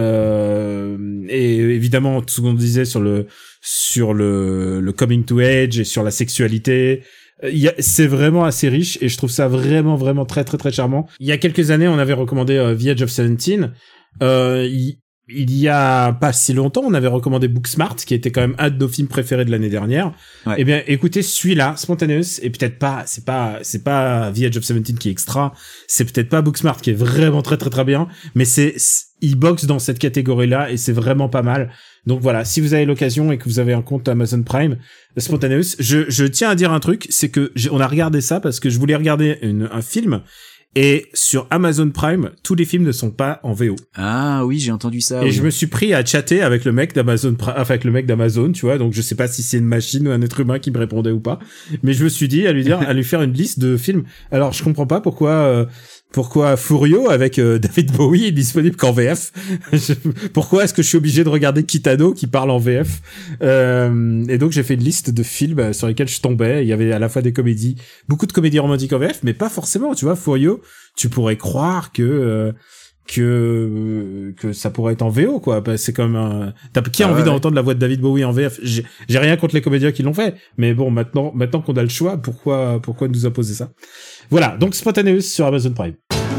euh, et évidemment tout ce qu'on disait sur le sur le le coming to age et sur la sexualité. Il y a, c'est vraiment assez riche et je trouve ça vraiment vraiment très très très charmant. Il y a quelques années, on avait recommandé euh, The Age of seventeen. Euh, il, il y a pas si longtemps, on avait recommandé Booksmart, qui était quand même un de nos films préférés de l'année dernière. Ouais. Eh bien, écoutez, celui-là, Spontaneous, et peut-être pas, c'est pas, c'est pas The Age of seventeen qui est extra, c'est peut-être pas Booksmart qui est vraiment très très très bien, mais c'est, il boxe dans cette catégorie-là et c'est vraiment pas mal. Donc voilà, si vous avez l'occasion et que vous avez un compte Amazon Prime, Spontaneous, je, je tiens à dire un truc, c'est que on a regardé ça parce que je voulais regarder une, un film. Et sur Amazon Prime, tous les films ne sont pas en V O. Ah oui, j'ai entendu ça. Et oui. je me suis pris à chatter avec le mec d'Amazon, enfin avec le mec d'Amazon, tu vois. Donc je sais pas si c'est une machine ou un être humain qui me répondait ou pas. Mais je me suis dit à lui dire, à lui faire une liste de films. Alors je comprends pas pourquoi, euh, pourquoi Furio avec euh, David Bowie est disponible qu'en V F. je, pourquoi est-ce que je suis obligé de regarder Kitano qui parle en V F euh, Et donc j'ai fait une liste de films sur lesquels je tombais. Il y avait à la fois des comédies, beaucoup de comédies romantiques en V F, mais pas forcément. Tu vois, Furio, tu pourrais croire que euh, que que ça pourrait être en V O, quoi. C'est comme un... T'as qui a ah envie ouais, d'entendre ouais. la voix de David Bowie en V F? J'ai, j'ai rien contre les comédiens qui l'ont fait, mais bon, maintenant maintenant qu'on a le choix, pourquoi pourquoi nous imposer ça? Voilà, donc Spontaneous sur Amazon Prime.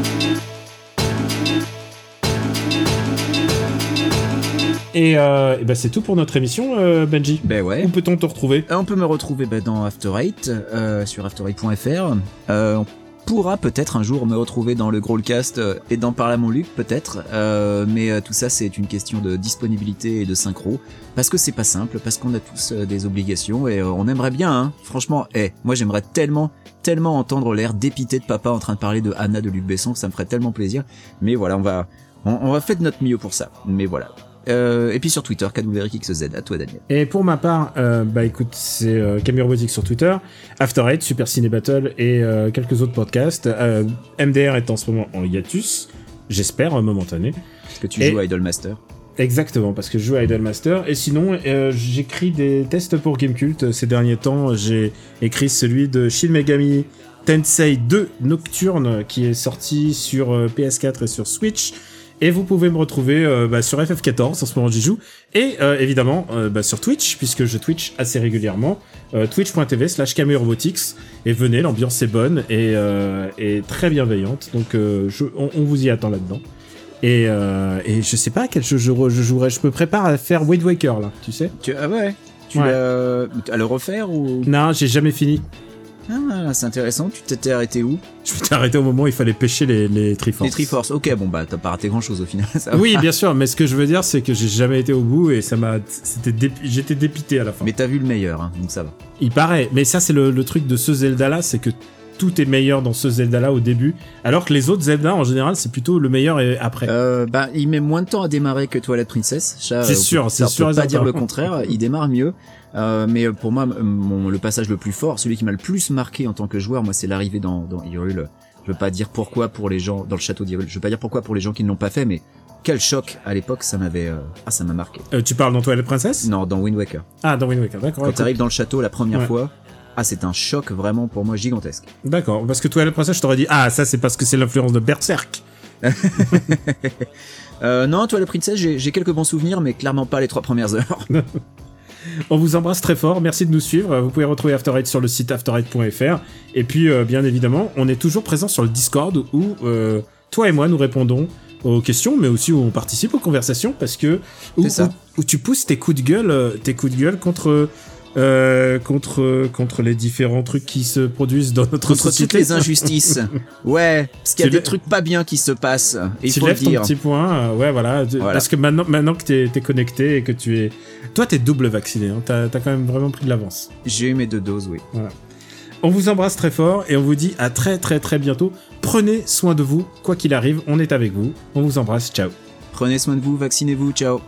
Et, euh, et ben c'est tout pour notre émission, euh, Benji. Ben ouais. Où peut-on te retrouver? On peut me retrouver ben, dans After Eight, euh, sur after eight point f r. Euh, on pourra peut-être un jour me retrouver dans le Growlcast euh, et dans Parle à mon Luc, peut-être. Euh, mais euh, tout ça, c'est une question de disponibilité et de synchro. Parce que c'est pas simple, parce qu'on a tous euh, des obligations et euh, on aimerait bien, hein. Franchement, hey, moi j'aimerais tellement, tellement entendre l'air dépité de papa en train de parler de Anna de Luc Besson, que ça me ferait tellement plaisir. Mais voilà, on va, on, on va faire de notre mieux pour ça. Mais voilà. Euh, et puis sur Twitter, K W R X Z, à toi Daniel. Et pour ma part, euh, bah écoute, c'est euh, Camille Robotique sur Twitter, After Eight, Super Ciné Battle et euh, quelques autres podcasts. Euh, M D R est en ce moment en hiatus, j'espère, un momentané. Parce que tu et... joues à Idolmaster. Exactement, parce que je joue à Idolmaster. Et sinon, euh, j'écris des tests pour Gamecult. Ces derniers temps, j'ai écrit celui de Shin Megami Tensei deux Nocturne, qui est sorti sur euh, P S quatre et sur Switch. Et vous pouvez me retrouver euh, bah, sur F F quatorze, en ce moment j'y joue, et euh, évidemment euh, bah, sur Twitch, puisque je Twitch assez régulièrement, euh, twitch point t v slash Camille Robotics, et venez, l'ambiance est bonne et, euh, et très bienveillante, donc euh, je, on, on vous y attend là-dedans. Et, euh, et je sais pas à quel jeu je, je jouerai, je me prépare à faire Wind Waker là, tu sais. Tu, ah ouais Tu ouais. l'as à le refaire ou... Non, j'ai jamais fini. Ah, c'est intéressant. Tu t'étais arrêté où? Je m'étais arrêté au moment où il fallait pêcher les, les Triforce. Les Triforce, ok, bon bah t'as pas raté grand chose au final. Ça oui, bien sûr, mais ce que je veux dire, c'est que j'ai jamais été au bout et ça m'a, c'était, dé... j'étais dépité à la fin. Mais t'as vu le meilleur, hein, donc ça va. Il paraît, mais ça c'est le, le truc de ce Zelda-là, c'est que tout est meilleur dans ce Zelda-là au début, alors que les autres Zelda en général c'est plutôt le meilleur et après. Euh, bah il met moins de temps à démarrer que Twilight Princess. Ça, c'est sûr, c'est sûr. On peut pas dire le contraire. Il démarre mieux. Euh, mais pour moi, mon, le passage le plus fort, celui qui m'a le plus marqué en tant que joueur, moi, c'est l'arrivée dans, dans Hyrule. Je veux pas dire pourquoi pour les gens dans le château d'Hyrule. Je veux pas dire pourquoi pour les gens qui ne l'ont pas fait, mais quel choc à l'époque, ça m'avait, euh... ah, ça m'a marqué. Euh, tu parles dans Twilight Princess? Non, dans Wind Waker. Ah, dans Wind Waker, d'accord. Quand t'arrives dans le château la première ouais. fois. Ah, c'est un choc vraiment pour moi gigantesque. D'accord, parce que Twilight Princess, je t'aurais dit, ah, ça c'est parce que c'est l'influence de Berserk. euh, non, Twilight Princess, j'ai, j'ai quelques bons souvenirs, mais clairement pas les trois premières heures. On vous embrasse très fort, merci de nous suivre. Vous pouvez retrouver After Eight sur le site after eight point f r. Et puis, euh, bien évidemment, on est toujours présent sur le Discord où euh, toi et moi nous répondons aux questions, mais aussi où on participe aux conversations, parce que où, C'est ça. où, où tu pousses tes coups de gueule, euh, tes coups de gueule contre euh, contre contre les différents trucs qui se produisent dans notre Contre société. toutes les injustices. Ouais, parce qu'il y a Tu des lè- trucs pas bien qui se passent. Et il Tu faut le lèves ton dire. petit point, euh, ouais voilà, de- Voilà. parce que maintenant maintenant que t'es t'es connecté et que tu es, toi t'es double vacciné, hein, t'as t'as quand même vraiment pris de l'avance. J'ai eu mes deux doses, oui. On vous embrasse très fort et on vous dit à très très très bientôt. Prenez soin de vous, quoi qu'il arrive, on est avec vous. On vous embrasse, ciao. Prenez soin de vous, vaccinez-vous, ciao.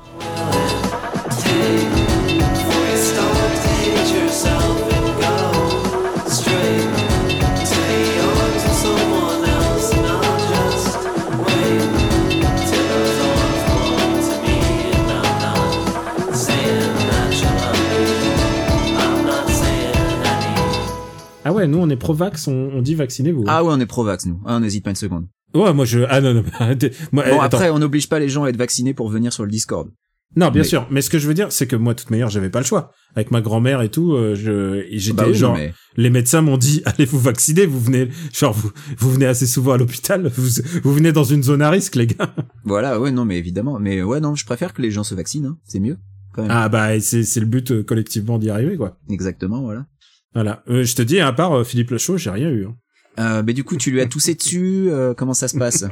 Ah ouais, nous on est pro-vax, on, on dit vaccinez-vous. Ah ouais, on est pro-vax, nous. Ah, on n'hésite pas une seconde. Ouais, moi je... Ah non, non, arrêtez. Moi, Bon, eh, attends. après, on n'oblige pas les gens à être vaccinés pour venir sur le Discord. Non, bien mais- sûr. Mais ce que je veux dire, c'est que moi, de toute manière, j'avais pas le choix. Avec ma grand-mère et tout, euh, je, et j'étais Bah oui, non, genre, mais- les médecins m'ont dit, allez vous vacciner, vous venez, genre, vous, vous venez assez souvent à l'hôpital, vous, vous venez dans une zone à risque, les gars. Voilà, ouais, non, mais évidemment. Mais ouais, non, je préfère que les gens se vaccinent, hein. C'est mieux, quand même. Ah bah, c'est, c'est le but euh, collectivement d'y arriver, quoi. Exactement, voilà. Voilà. Euh, je te dis, à part euh, Philippe Lachaud, j'ai rien eu. Hein. Euh, mais du coup, tu lui as toussé dessus, euh, comment ça se passe?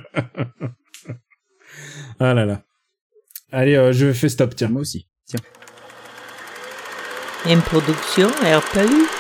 Ah là là. Allez, euh, je fais stop, tiens. Moi aussi. Tiens. Une production R P U.